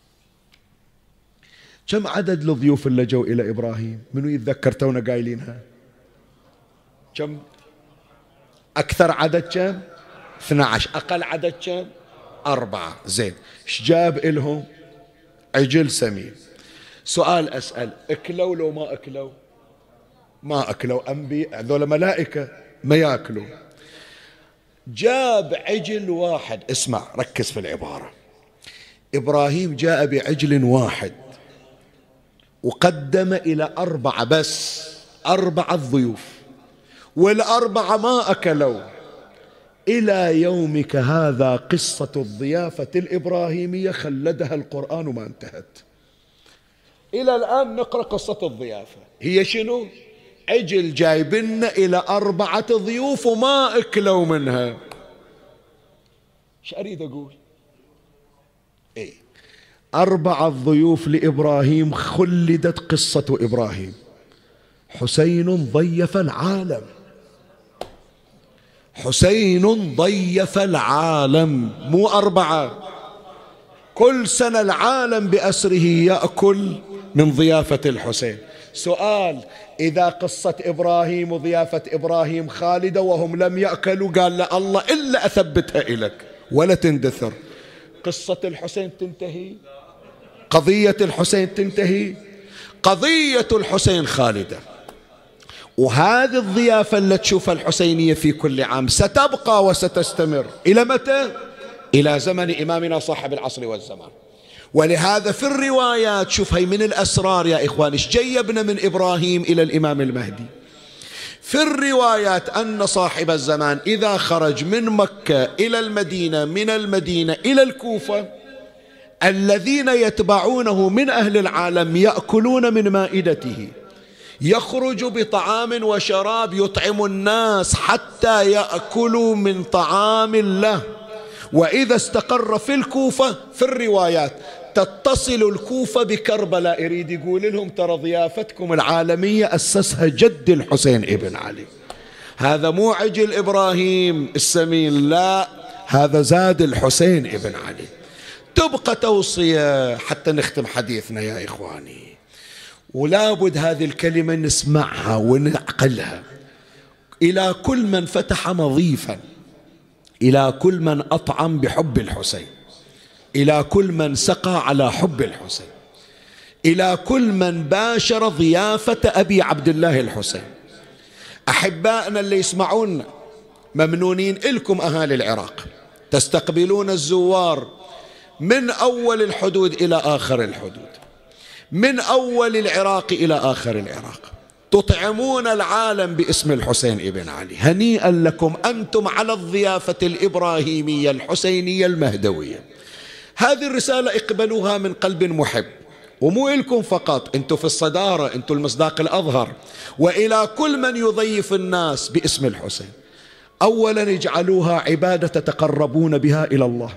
كم عدد الضيوف اللي جو إلى إبراهيم؟ منو يتذكر تونا قايلينها؟ كم؟ أكثر عدد كم؟ 12. أقل عدد كم؟ 4. زين، ايش جاب إلهم؟ عجل سمين. سؤال أسأل، أكلوا لو ما أكلوا؟ ما أكلوا. أنبياء هذول ملائكة ما يأكلوا. جاب عجل واحد. اسمع ركز في العبارة. إبراهيم جاء بعجل واحد وقدم إلى 4 بس، 4 ضيوف، وال4 ما أكلوا. إلى يومك هذا قصة الضيافة الإبراهيمية خلدها القرآن وما انتهت. إلى الآن نقرأ قصة الضيافة. هي شنو؟ عجل جايبنا إلى 4 ضيوف وما أكلوا منها. ايش أريد أقول؟ 4 ضيوف لإبراهيم خلدت قصة إبراهيم. حسين ضيف العالم، حسين ضيف العالم، مو 4. كل سنة العالم بأسره يأكل من ضيافة الحسين. سؤال، إذا قصة إبراهيم وضيافة إبراهيم خالدة وهم لم يأكلوا، قال لا الله إلا أثبتها إليك ولا تندثر. قصة الحسين تنتهي؟ قضية الحسين تنتهي؟ قضية الحسين خالدة. وهذه الضيافة اللي تشوفها الحسينية في كل عام ستبقى وستستمر إلى متى؟ إلى زمن إمامنا صاحب العصر والزمان. ولهذا في الروايات، شوف هي من الأسرار يا إخواني، ايش جيبنا من إبراهيم إلى الإمام المهدي. في الروايات أن صاحب الزمان إذا خرج من مكة إلى المدينة، من المدينة إلى الكوفة، الذين يتبعونه من أهل العالم يأكلون من مائدته، يخرج بطعام وشراب يطعم الناس حتى يأكلوا من طعام الله. وإذا استقر في الكوفة، في الروايات تتصل الكوفة بكربلاء، يريد يقول لهم ترى ضيافتكم العالمية أسسها جد الحسين ابن علي. هذا مو عجل إبراهيم السمين، لا، هذا زاد الحسين ابن علي. تبقى توصية حتى نختم حديثنا يا إخواني، ولا بد هذه الكلمة نسمعها ونعقلها، إلى كل من فتح مضيفا، إلى كل من أطعم بحب الحسين، إلى كل من سقى على حب الحسين، إلى كل من باشر ضيافة أبي عبد الله الحسين. أحبائنا اللي يسمعون ممنونين إلكم أهالي العراق، تستقبلون الزوار من أول الحدود إلى آخر الحدود، من أول العراق إلى آخر العراق، تطعمون العالم باسم الحسين ابن علي. هنيئا لكم، أنتم على الضيافة الإبراهيمية الحسينية المهدوية. هذه الرسالة اقبلوها من قلب محب، ومو إلكم فقط، أنتم في الصدارة، أنتم المصداق الأظهر، وإلى كل من يضيف الناس باسم الحسين. أولا اجعلوها عبادة تتقربون بها إلى الله،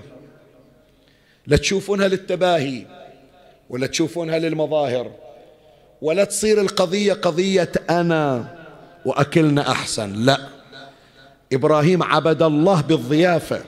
لا تشوفونها للتباهي ولا تشوفونها للمظاهر، ولا تصير القضية قضية أنا وأكلنا أحسن، لا. إبراهيم عبد الله بالضيافة،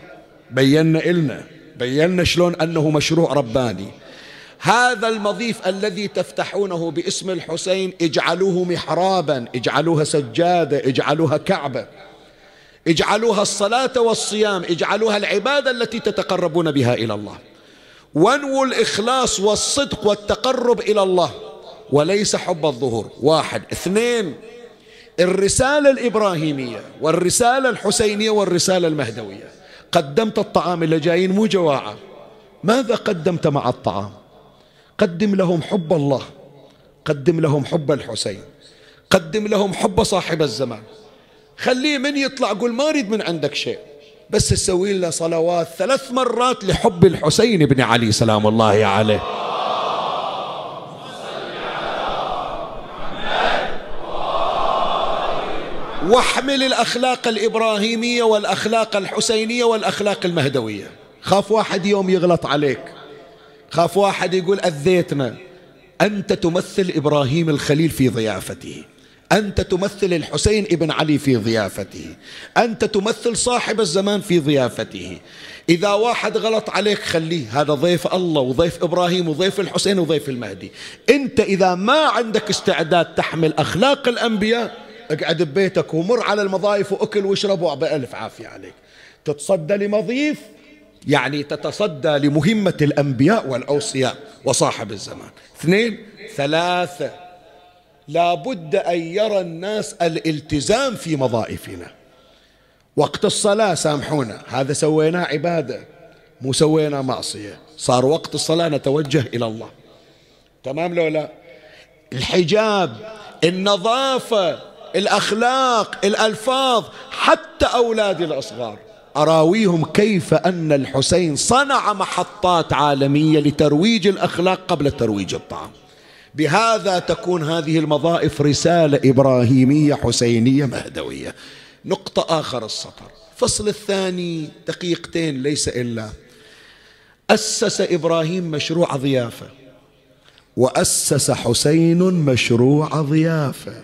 بينا شلون أنه مشروع رباني. هذا المضيف الذي تفتحونه باسم الحسين اجعلوه محرابا، اجعلوها سجادة، اجعلوها كعبة، اجعلوها الصلاة والصيام، اجعلوها العبادة التي تتقربون بها إلى الله. وانووا الإخلاص والصدق والتقرب إلى الله وليس حب الظهور. 1. 2، الرسالة الإبراهيمية والرسالة الحسينية والرسالة المهدوية. قدمت الطعام اللي جايين مو جواعة، ماذا قدمت مع الطعام؟ قدم لهم حب الله، قدم لهم حب الحسين، قدم لهم حب صاحب الزمان. خليه من يطلع قول ما أريد من عندك شيء، بس تسوي له صلوات 3 مرات لحب الحسين بن علي سلام الله عليه. واحمل الأخلاق الإبراهيمية والأخلاق الحسينية والأخلاق المهدوية. خاف واحد يوم يغلط عليك، خاف واحد يقول أذيتنا، أنت تمثل إبراهيم الخليل في ضيافته، أنت تمثل الحسين ابن علي في ضيافته، أنت تمثل صاحب الزمان في ضيافته. إذا واحد غلط عليك خليه، هذا ضيف الله وضيف إبراهيم وضيف الحسين وضيف المهدي. أنت إذا ما عندك استعداد تحمل أخلاق الأنبياء، اقعد ببيتك ومر على المضايف وأكل واشرب وبألف عافية عليك. تتصدى لمضيف يعني تتصدى لمهمة الأنبياء والأوصياء وصاحب الزمان. 2 3 لا بد أن يرى الناس الالتزام في مضائفنا. وقت الصلاة سامحونا، هذا سويناه عبادة مو سوينا معصية، صار وقت الصلاة نتوجه إلى الله، تمام لو لا؟ الحجاب، النظافة، الأخلاق، الألفاظ، حتى أولادي الأصغار أراويهم كيف أن الحسين صنع محطات عالمية لترويج الأخلاق قبل ترويج الطعام. بهذا تكون هذه المضائف رسالة إبراهيمية حسينية مهدوية. نقطة آخر السطر، فصل الثاني دقيقتين ليس إلا. أسس إبراهيم مشروع ضيافة، وأسس حسين مشروع ضيافة.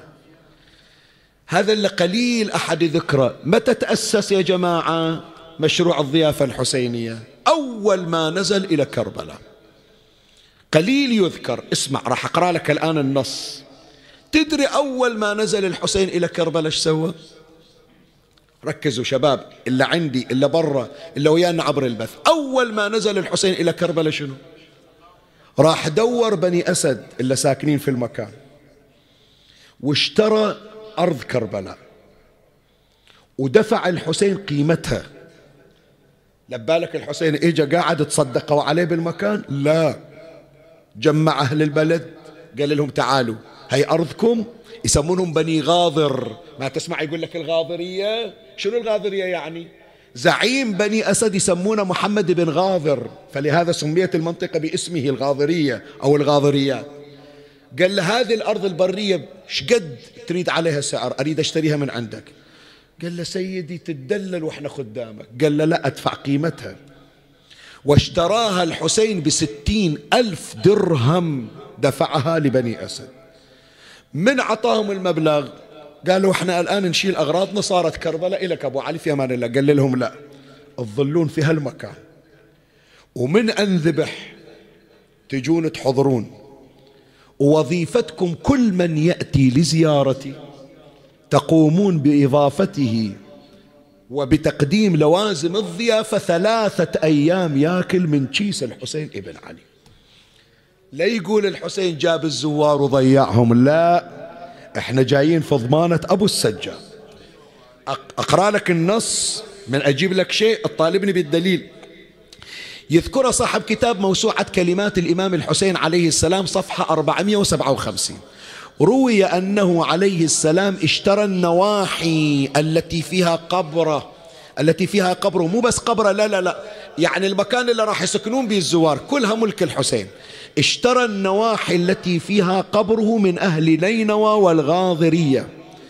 هذا اللي قليل أحد ذكره. متى تأسس يا جماعة مشروع الضيافة الحسينية؟ أول ما نزل إلى كربلاء، قليل يذكر. اسمع راح أقرأ لك الآن النص. تدري أول ما نزل الحسين إلى كربلاء ايش سوى؟ ركزوا شباب، اللي عندي اللي برا اللي ويانا عبر البث. أول ما نزل الحسين إلى كربلاء شنو؟ راح دور بني أسد اللي ساكنين في المكان، واشترى أرض كربلاء، ودفع الحسين قيمتها. لبالك الحسين إجا قاعد تصدقوا عليه بالمكان؟ لا، جمع أهل البلد قال لهم تعالوا هي أرضكم. يسمونهم بني غاضر. ما تسمع يقول لك الغاضرية؟ شنو الغاضرية يعني؟ زعيم بني أسد يسمونه محمد بن غاضر، فلهذا سميت المنطقة باسمه الغاضرية أو الغاضريات. قال له هذه الأرض البرية شقد تريد عليها سعر؟ أريد أشتريها من عندك. قال له سيدي تدلل وإحنا خدامك. قال له لا، أدفع قيمتها. واشتراها الحسين ب60,000 درهم، دفعها لبني أسد. من عطاهم المبلغ قالوا احنا الآن نشيل أغراضنا، صارت كربلاء إلك أبو علي في أمان الله. قال لهم لا، تظلون في هالمكان، ومن أن ذبح تجون تحضرون، ووظيفتكم كل من يأتي لزيارتي تقومون بإضافته وبتقديم لوازم الضيافة 3 أيام ياكل من كيس الحسين ابن علي. لا يقول الحسين جاب الزوار وضيعهم، لا، احنا جايين في ضمانة أبو السجاد. أقرأ لك النص من أجيب لك شيء تطالبني بالدليل. يذكر صاحب كتاب موسوعة كلمات الإمام الحسين عليه السلام صفحة 457. روي أنه عليه السلام اشترى النواحي التي فيها قبره، مو بس قبره، لا لا لا، يعني المكان اللي راح يسكنون به الزوار كلها ملك الحسين. اشترى النواحي التي فيها قبره من أهل نينوى والغاضرية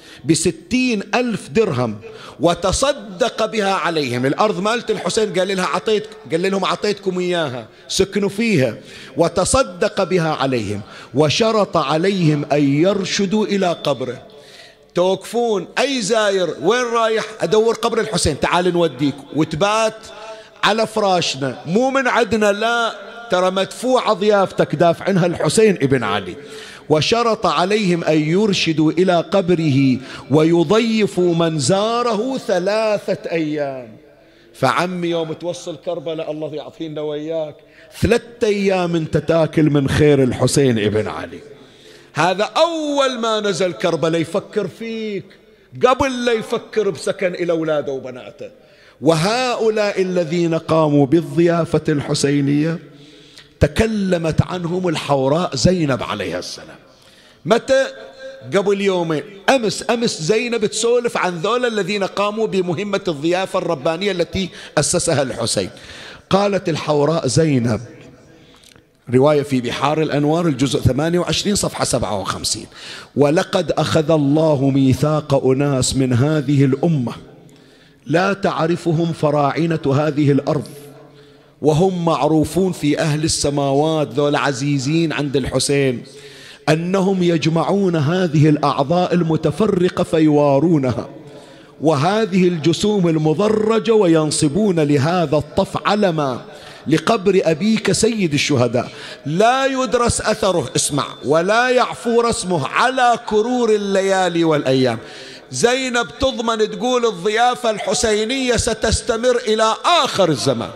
ب60,000 درهم، وتصدق بها عليهم. الأرض مالت الحسين قال لهم أعطيتكم إياها، سكنوا فيها، وتصدق بها عليهم، وشرط عليهم أن يرشدوا إلى قبره. توقفون أي زاير وين رايح؟ أدور قبر الحسين، تعال نوديك وتبات على فراشنا، مو من عدنا، لا، ترى مدفوع ضيافتك دافعنها الحسين ابن علي. وشرط عليهم أن يرشدوا إلى قبره ويضيفوا من زاره 3 أيام. فعمي يوم توصل كربلاء الله يعطينا وياك 3 أيام انت تاكل من خير الحسين ابن علي. هذا أول ما نزل كربلاء يفكر فيك قبل لا يفكر بسكن إلى أولاده وبناته. وهؤلاء الذين قاموا بالضيافة الحسينية تكلمت عنهم الحوراء زينب عليها السلام. متى؟ قبل يومين. أمس زينب تسولف عن ذولا الذين قاموا بمهمة الضيافة الربانية التي أسسها الحسين. قالت الحوراء زينب، رواية في بحار الأنوار الجزء 28 صفحة 57: ولقد أخذ الله ميثاق أناس من هذه الأمة لا تعرفهم فراعنة هذه الأرض وهم معروفون في أهل السماوات، ذول عزيزين عند الحسين، أنهم يجمعون هذه الأعضاء المتفرقة فيوارونها وهذه الجسوم المضرجة وينصبون لهذا الطف علما لقبر أبيك سيد الشهداء لا يدرس أثره، اسمع، ولا يعفو رسمه على كرور الليالي والأيام. زينب تضمن تقول الضيافة الحسينية ستستمر إلى آخر الزمان،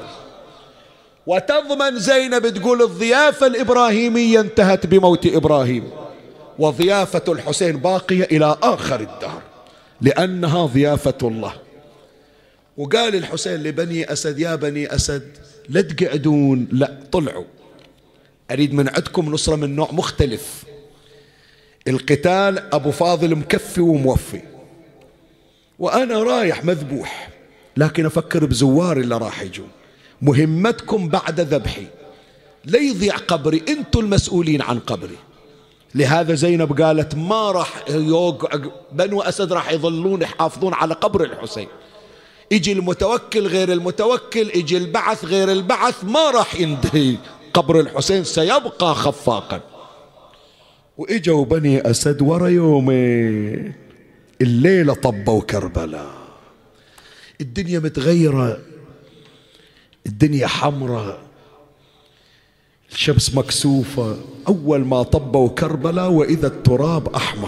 وتضمن زينب تقول الضيافة الإبراهيمية انتهت بموت إبراهيم، وضيافة الحسين باقية إلى آخر الدهر لأنها ضيافة الله. وقال الحسين لبني أسد: يا بني أسد لا تقعدون، لا طلعوا، أريد من عندكم نصرة من نوع مختلف. القتال أبو فاضل مكفي وموفي، وأنا رايح مذبوح، لكن أفكر بزوار اللي راح يجون. مهمتكم بعد ذبحي لا يضيع قبري، أنتم المسؤولين عن قبري. لهذا زينب قالت ما راح بنو أسد راح يظلون يحافظون على قبر الحسين، يجي المتوكل غير المتوكل، يجي البعث غير البعث، ما راح ينتهي قبر الحسين، سيبقى خفاقا. وإجوا بني أسد ورا يومين، الليلة طبوا كربلاء، الدنيا متغيرة، الدنيا حمراء، الشمس مكسوفة. أول ما طبوا كربلاء وإذا التراب أحمر.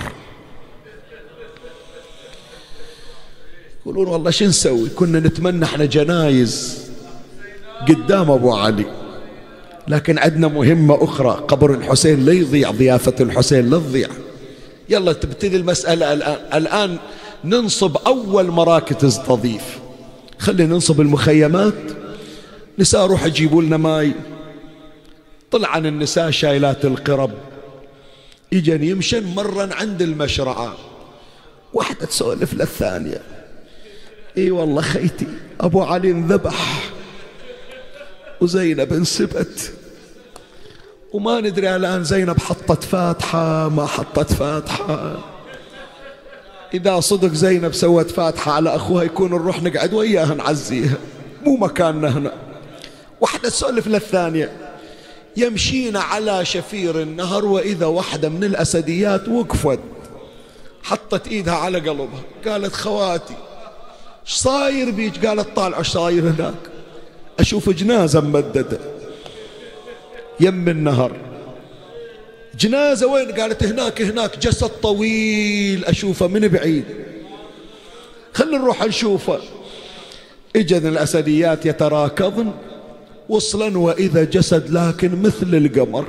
يقولون والله شو نسوي، كنا نتمنى احنا جنايز قدام أبو علي، لكن عندنا مهمة أخرى، قبر الحسين لا يضيع، ضيافة الحسين لا تضيع. يلا تبتدي المسألة الآن ننصب أول مراكز تضيف، خلينا ننصب المخيمات. نساء روح يجيبوا لنا ماي، طلع عن النساء شايلات القرب، يجن يمشن مرا عند المشرعة، واحدة تسولف للثانية: اي والله خيتي ابو علي انذبح وزينب انسبت، وما ندري الآن زينب حطت فاتحة ما حطت فاتحة. إذا صدق زينب سوت فاتحة على أخوها يكون نروح نقعد وياها نعزيها، مو مكاننا هنا. واحدة تسولف للثانية: يمشين على شفير النهر وإذا واحدة من الأسديات وقفت حطت إيدها على قلبها، قالت: خواتي ايش صاير بيك؟ قالت: طالع ايش صاير هناك، أشوف جنازة ممددة يم النهر. جنازة وين؟ قالت: هناك جسد طويل أشوفه من بعيد، خلينا نروح نشوفه. اجن الأسديات يتراكضن، وصلا وإذا جسد لكن مثل القمر،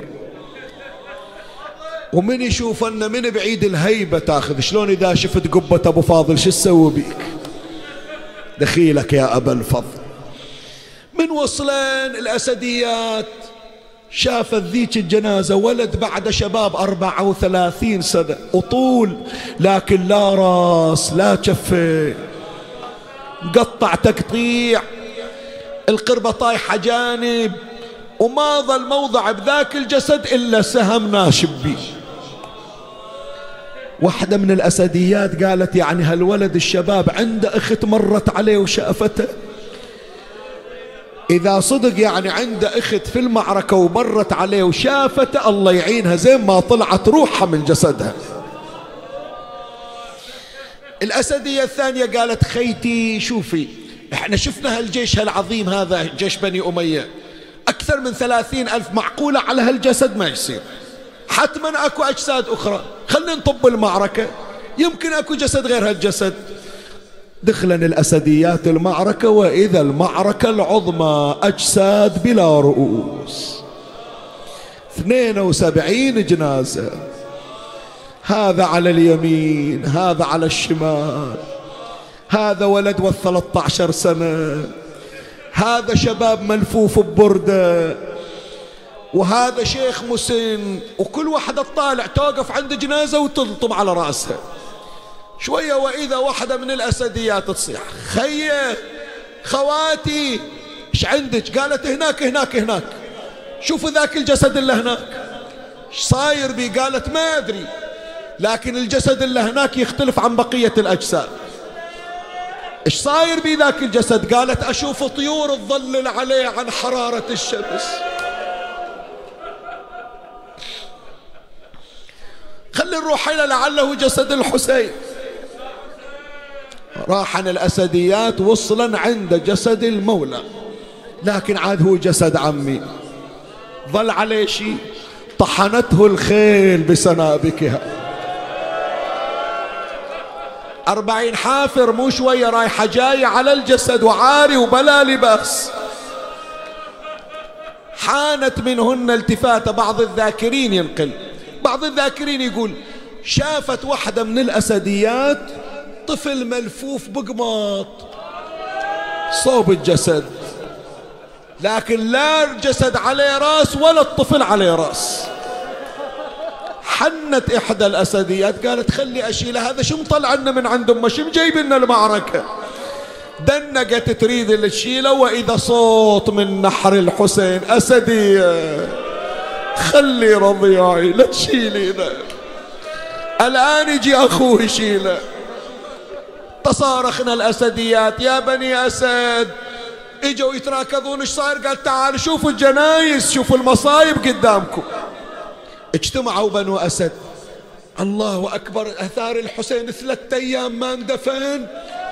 ومن يشوف أن من بعيد الهيبة تاخذ. شلون إذا شفت قبة أبو فاضل شو تسوي بيك؟ دخيلك يا أبا الفضل. من وصلين الأسديات شافت ذيك الجنازة ولد بعد شباب 34 سنة وطول، لكن لا راس لا كفين، مقطع تقطيع، القربة طايحة جانب، وما ظل موضع بذاك الجسد إلا سهم ناشب بيه. واحدة من الأسديات قالت: يعني هالولد الشباب عنده أخت مرت عليه وشافته؟ إذا صدق يعني عنده أخت في المعركة ومرت عليه وشافته، الله يعينها زين ما طلعت روحها من جسدها. الأسدية الثانية قالت: خيتي شوفي، احنا شفنا هالجيش هالعظيم هذا، جيش بني أمية، أكثر من 30,000، معقولة على هالجسد ما يصير، حتما أكو أجساد أخرى، خلينا نطب المعركة، يمكن أكو جسد غير هالجسد. دخلن الأسديات المعركة وإذا المعركة العظمى، أجساد بلا رؤوس، 72 جنازة. هذا على اليمين، هذا على الشمال، هذا ولد وال13 سنة، هذا شباب ملفوف ببردة، وهذا شيخ مسن، وكل واحدة تطالع توقف عند جنازة وتلطم على رأسها. شوية وإذا واحدة من الأسديات تصيح: خيه خواتي ايش عندك؟ قالت: هناك هناك هناك، شوفوا ذاك الجسد اللي هناك. ايش صاير بي؟ قالت: ما أدري، لكن الجسد اللي هناك يختلف عن بقية الأجساد. ايش صاير بي ذاك الجسد؟ قالت: أشوف طيور تظلل عليه عن حرارة الشمس. خلي نروح إلى لعله جسد الحسين. راح عن الأسديات وصلا عند جسد المولى، لكن عاد هو جسد عمي. ظل عليه شيء، طحنته الخيل بسنابكها. 40 حافر مو شوية رايحة جاية على الجسد وعاري وبلا لباس. حانت منهن التفاتة. بعض الذاكرين ينقل، بعض الذاكرين يقول شافت واحدة من الأسديات طفل ملفوف بقماط صوب الجسد، لكن لا الجسد عليه راس ولا الطفل عليه راس. حنت إحدى الأسديات قالت: خلي أشيله، هذا شو مطلع لنا من عند أمه، شو مجيب لنا المعركة. دنقت تريد اللي تشيله، وإذا صوت من نحر الحسين: أسدية خلي رضيعي لا تشيلينا، الآن يجي أخوه يشيله. تصارخنا الأسديات: يا بني أسد. اجوا يتراكضون: ايش صاير؟ قال: تعالوا شوفوا الجنايز، شوفوا المصايب قدامكم. اجتمعوا بنو أسد. الله أكبر، أثار الحسين 3 أيام ما اندفن.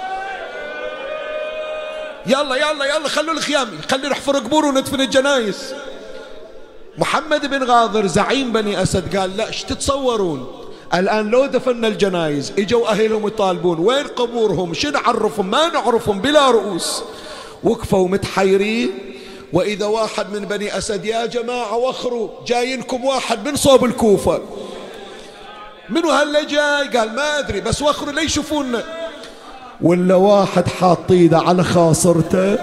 يلا يلا يلا خلوا الخيام، خلي نحفر قبور وندفن الجنايز. محمد بن غاضر زعيم بني أسد قال: لا، ايش تتصورون الآن لو دفنا الجنايز اجوا أهلهم يطالبون وين قبورهم، شو نعرفهم؟ ما نعرفهم بلا رؤوس. وقفوا متحيرين، وإذا واحد من بني أسد: يا جماعة وخروا، جايينكم واحد من صوب الكوفة. منو هلا جاي؟ قال: ما أدري، بس وخروا ليه يشوفونا. ولا واحد حاط ايده على خاصرته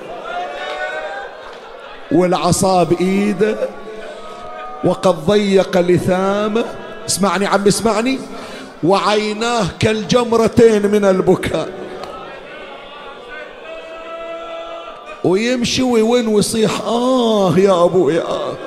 والعصا بإيده وقد ضيق لثامه، اسمعني عم اسمعني، وعيناه كالجمرتين من البكاء، ويمشي وين ويصيح: يا أبويا.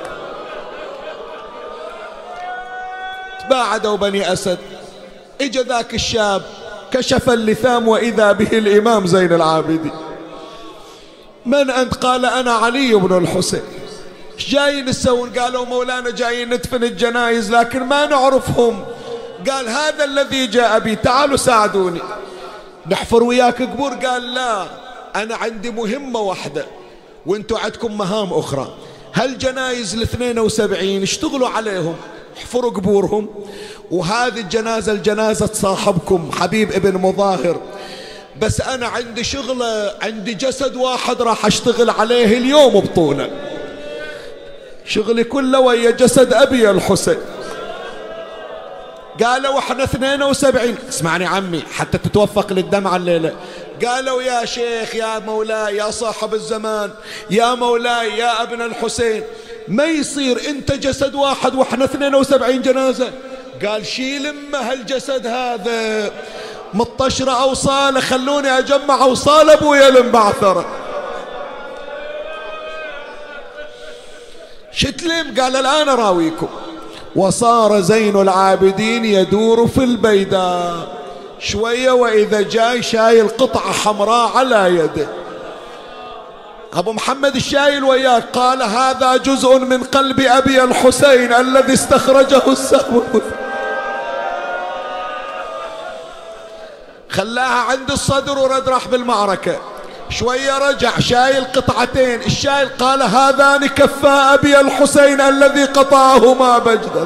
تباعدوا بني أسد. اجا ذاك الشاب كشف اللثام، وإذا به الإمام زين العابدين. من أنت؟ قال: أنا علي بن الحسين. ايش جايين تسوون؟ قالوا: مولانا جايين ندفن الجنايز لكن ما نعرفهم. قال: هذا الذي جاء بي، تعالوا ساعدوني نحفر وياك قبور. قال: لا، أنا عندي مهمة واحدة وانتوا عندكم مهام أخرى. هالجنايز 72 اشتغلوا عليهم، احفروا قبورهم، وهذه الجنازة الجنازة صاحبكم حبيب ابن مظاهر، بس أنا عندي شغلة، عندي جسد واحد راح أشتغل عليه اليوم بطولة، شغلي كله ويا جسد أبي الحسين. قالوا: احنا 72. اسمعني عمي حتى تتوفق للدمعة الليلة. قالوا: يا شيخ، يا مولاي، يا صاحب الزمان، يا مولاي، يا ابن الحسين، ما يصير انت جسد واحد واحنا 72 جنازة. قال: شيل امه هالجسد هذا، مطشرة اوصاله، خلوني اجمع اوصال ابويا المبعثرة. شتلم؟ قال: الان اراويكم. وصار زين العابدين يدور في البيداء شوية، وإذا جاي شايل قطعة حمراء على يده. أبو محمد الشايل وياك. قال: هذا جزء من قلب أبي الحسين الذي استخرجه السهم، خلاها عند الصدر ورد راح بالمعركة. شوية رجع شايل قطعتين. الشايل قال: هذان كفا أبي الحسين الذي قطعهما بجدا.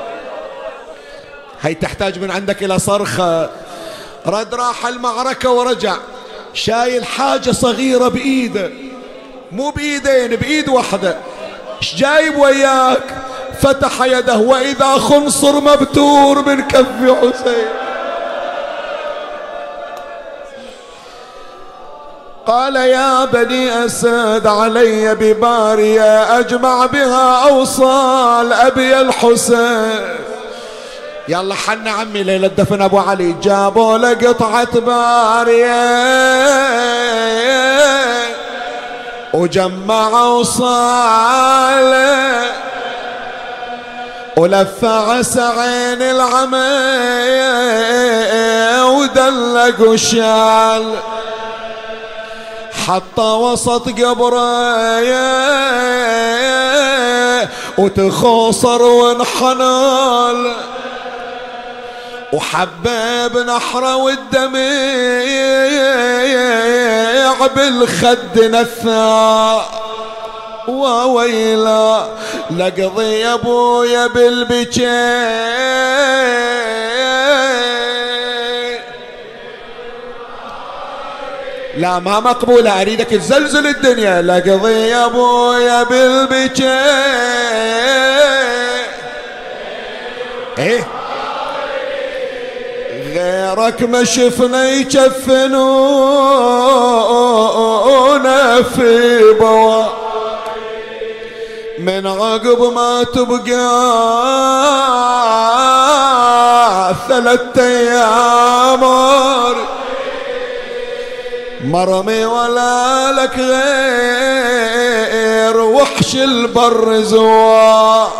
هي تحتاج من عندك إلى صرخة. رد راح المعركة ورجع شايل حاجة صغيرة بإيده، مو بإيدين، بإيد واحدة. ايش جايب وياك؟ فتح يده وإذا خنصر مبتور من كف حسين. قال يا بني أسد علي ببارية أجمع بها أوصال أبي الحسين. يلا حن عمي ليلة دفن أبو علي، جابوا له قطعة بارية وجمع أوصاله ولف عسعين العمي ودلق وشال، حطه وسط قبره وتخوصر وانحنال، وحبب نحره والدميع بالخد نثار. وويلا لقضي يا ابويا بالبكي. لا ما مقبولة، اريدك تزلزل الدنيا. لقضي يا ابويا بالبكي. ايه غيرك ما شفنا يكفنونا في بوا، من عقب ما تبقى 3 أيام مرمي ولا لك غير وحش البر زوار.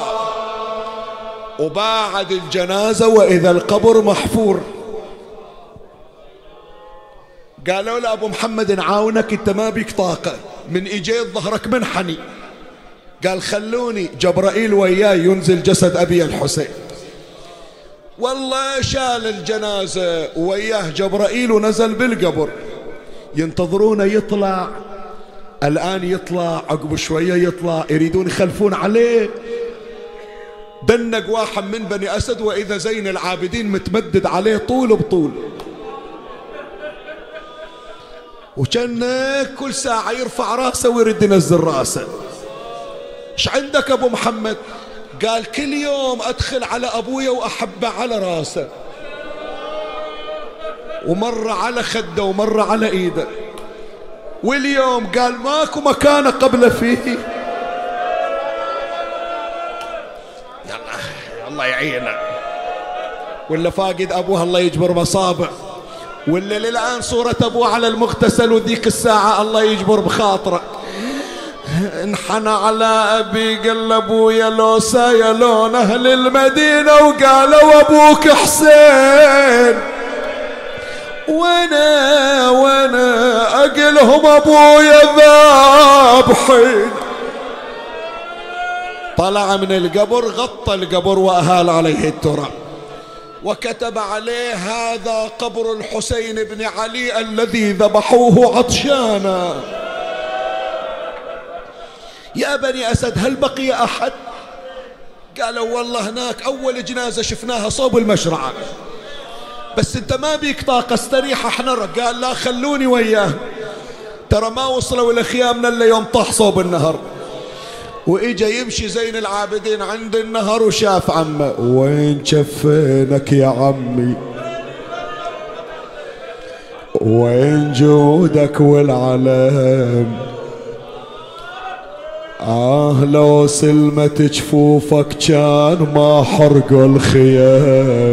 وبعد الجنازة وإذا القبر محفور، قالوا له أبو محمد نعاونك أنت ما بيك طاقة، من إجيت ظهرك منحني. قال خلوني جبرائيل وياي ينزل جسد أبي الحسين. والله شال الجنازة وياه جبرائيل ونزل بالقبر، ينتظرونه يطلع. الآن يطلع، عقب شوية يطلع، يريدون يخلفون عليه. دنق واحد من بني أسد وإذا زين العابدين متمدد عليه طول بطول، وكان كل ساعة يرفع راسه ويرد ينزل راسه. ايش عندك ابو محمد؟ قال كل يوم ادخل على ابويا واحبه على راسه، ومرة على خده ومرة على ايده، واليوم قال ماكو مكان قبل فيه. الله يعينه. ولا فاقد ابوه الله يجبر مصابع، ولا للآن صورة ابوه على المغتسل، وذيك الساعة الله يجبر بخاطره. انحنى على ابي قال ابويا لو سايلون اهل المدينة وقالوا ابوك حسين، وانا اقلهم ابويا ذابحين. طلع من القبر، غطى القبر واهال عليه التراب، وكتب عليه هذا قبر الحسين بن علي الذي ذبحوه عطشانا. يا بني أسد هل بقي أحد؟ قالوا والله هناك أول جنازة شفناها صوب المشرعة، بس انت ما بيك طاقة استريح احنا. قال لا خلوني وياه، ترى ما وصلوا لخيامنا الا يوم طاح صوب النهر. واجا يمشي زين العابدين عند النهر وشاف عمه. وين شفينك يا عمي؟ وين جودك والعلم؟ لو سلمت جفوفك كان ما حرقوا الخيام،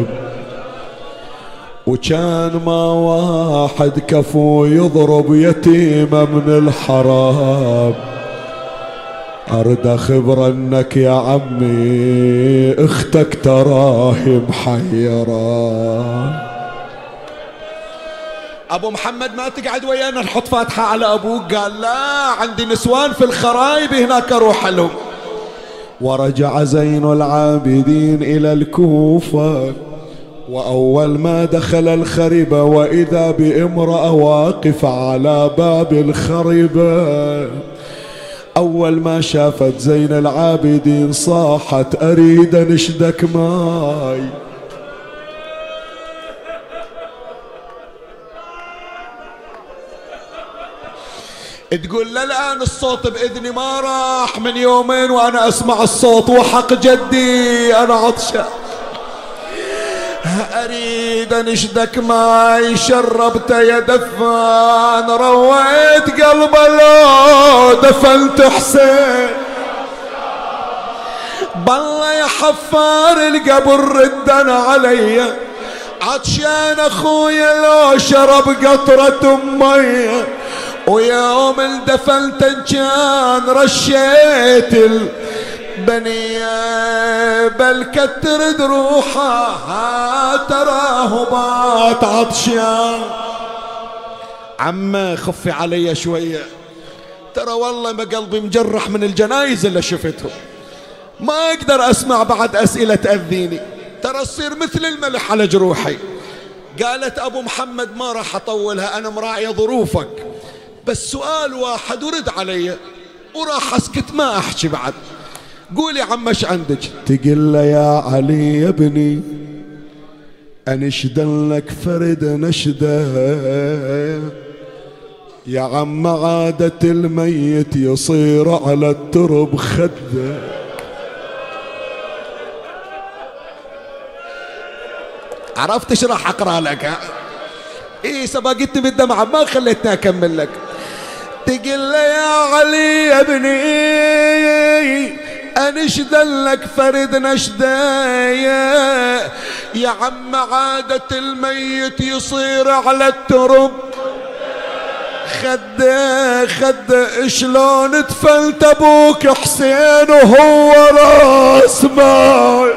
وكان ما واحد كفو يضرب يتيمة من الحرام. أرد أخبر أنك يا عمي اختك تراهي محيرة. أبو محمد ما تقعد ويانا نحط فاتحة على أبوك؟ قال لا، عندي نسوان في الخرايب هناك أروح لهم. ورجع زين العابدين إلى الكوفة، وأول ما دخل الخربة وإذا بامرأة واقفة على باب الخربة. أول ما شافت زين العابدين صاحت أريد نشدك ماي. تقول له الآن الصوت بإذني ما راح من يومين وأنا أسمع الصوت وحق جدي أنا عطشان، أريد أنشدك ماي شربته يا دفان، رويت قلبه لو دفنت حسين، بالله يا حفار القبر ردنا علي، عطشان أخويا لو شرب قطرة مية، ويوم اندفنت كان رشيت البنية، بل كتر دروحها تراه بات عطشان. عمه خفي علي شوية، ترى والله ما قلبي مجرح من الجنايز اللي شفتهم، ما أقدر أسمع بعد أسئلة تأذيني، ترى تصير مثل الملح على جروحي. قالت أبو محمد ما راح أطولها، أنا مراعية ظروفك، بس سؤال واحد ورد علي وراح أسكت ما أحكي بعد. قولي عم ايش عندك؟ تقول له يا علي يا ابني أنشد لك فرد نشده، يا عم عادة الميت يصير على الترب خده. عرفت ايش راح اقرا لك؟ ايه سبقتني بالدمعة ما خليتني اكمل لك. تقول له يا علي يا ابني أنشد لك فرد نشده، يا عم عادة الميت يصير على الترب خده خده، شلون دفنت ابوك حسين وهو راس مال.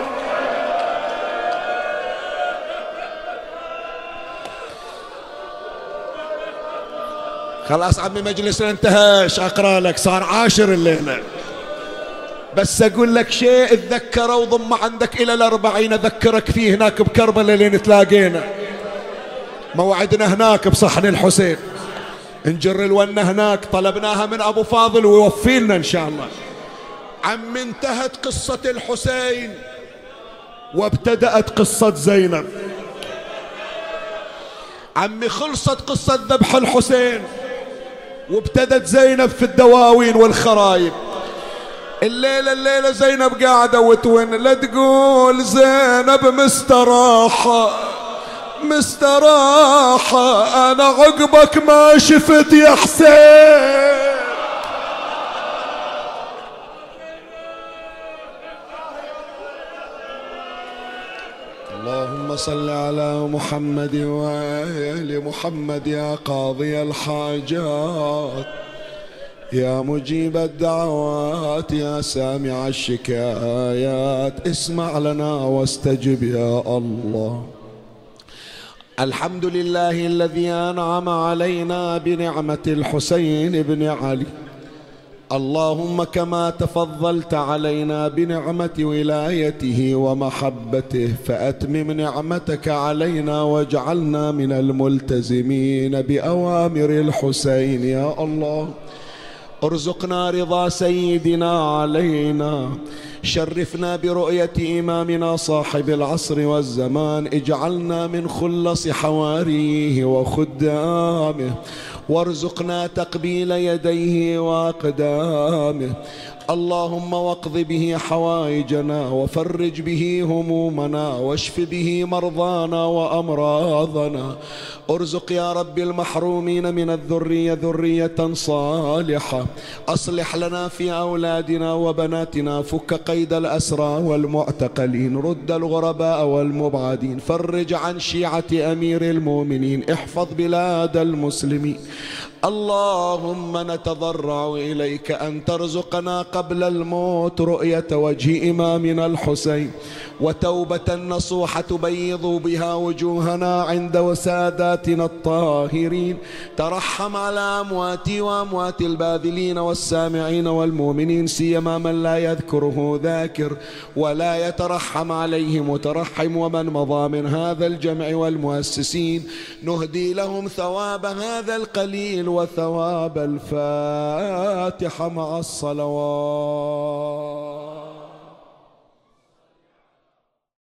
خلاص عمي مجلسنا انتهى، اقرا لك صار 10 الليله، بس اقول لك شيء اتذكره وضم عندك الى ال40 اذكرك فيه هناك بكربلاء لين تلاقينا، موعدنا هناك بصحن الحسين، نجر الونه هناك، طلبناها من ابو فاضل ويوفي لنا ان شاء الله. عم انتهت قصة الحسين وابتدأت قصة زينب، عمي خلصت قصة ذبح الحسين وابتدت زينب في الدواوين والخرايب. الليلة زينب قاعدة وتون، لا تقول زينب مستراحة مستراحة، أنا عقبك ما شفت يا حسين. اللهم صل على محمد وآل محمد يا قاضي الحاجات، يا مجيب الدعوات، يا سامع الشكايات، اسمع لنا واستجب يا الله. الحمد لله الذي أنعم علينا بنعمة الحسين بن علي، اللهم كما تفضلت علينا بنعمة ولايته ومحبته فأتمم نعمتك علينا واجعلنا من الملتزمين بأوامر الحسين يا الله. ارزقنا رضا سيدنا علينا، شرفنا برؤية إمامنا صاحب العصر والزمان، اجعلنا من خلص حواريه وخدامه، وارزقنا تقبيل يديه وأقدامه. اللهم واقض به حوائجنا وفرج به همومنا واشف به مرضانا وأمراضنا. ارزق يا رب المحرومين من الذرية ذرية صالحة، أصلح لنا في أولادنا وبناتنا، فك قيد الأسرى والمعتقلين، رد الغرباء والمبعدين، فرج عن شيعة أمير المؤمنين، احفظ بلاد المسلمين. اللهم نتضرع إليك أن ترزقنا قبل الموت رؤية وجه إمامنا الحسين وتوبة نصوحة تبيض بها وجوهنا عند وساداتنا الطاهرين. ترحم على أمواتي وأموات الباذلين والسامعين والمؤمنين، سيما من لا يذكره ذاكر ولا يترحم عليه مترحم، ومن مضى من هذا الجمع والمؤسسين نهدي لهم ثواب هذا القليل وثواب الفاتحة مع الصلوات.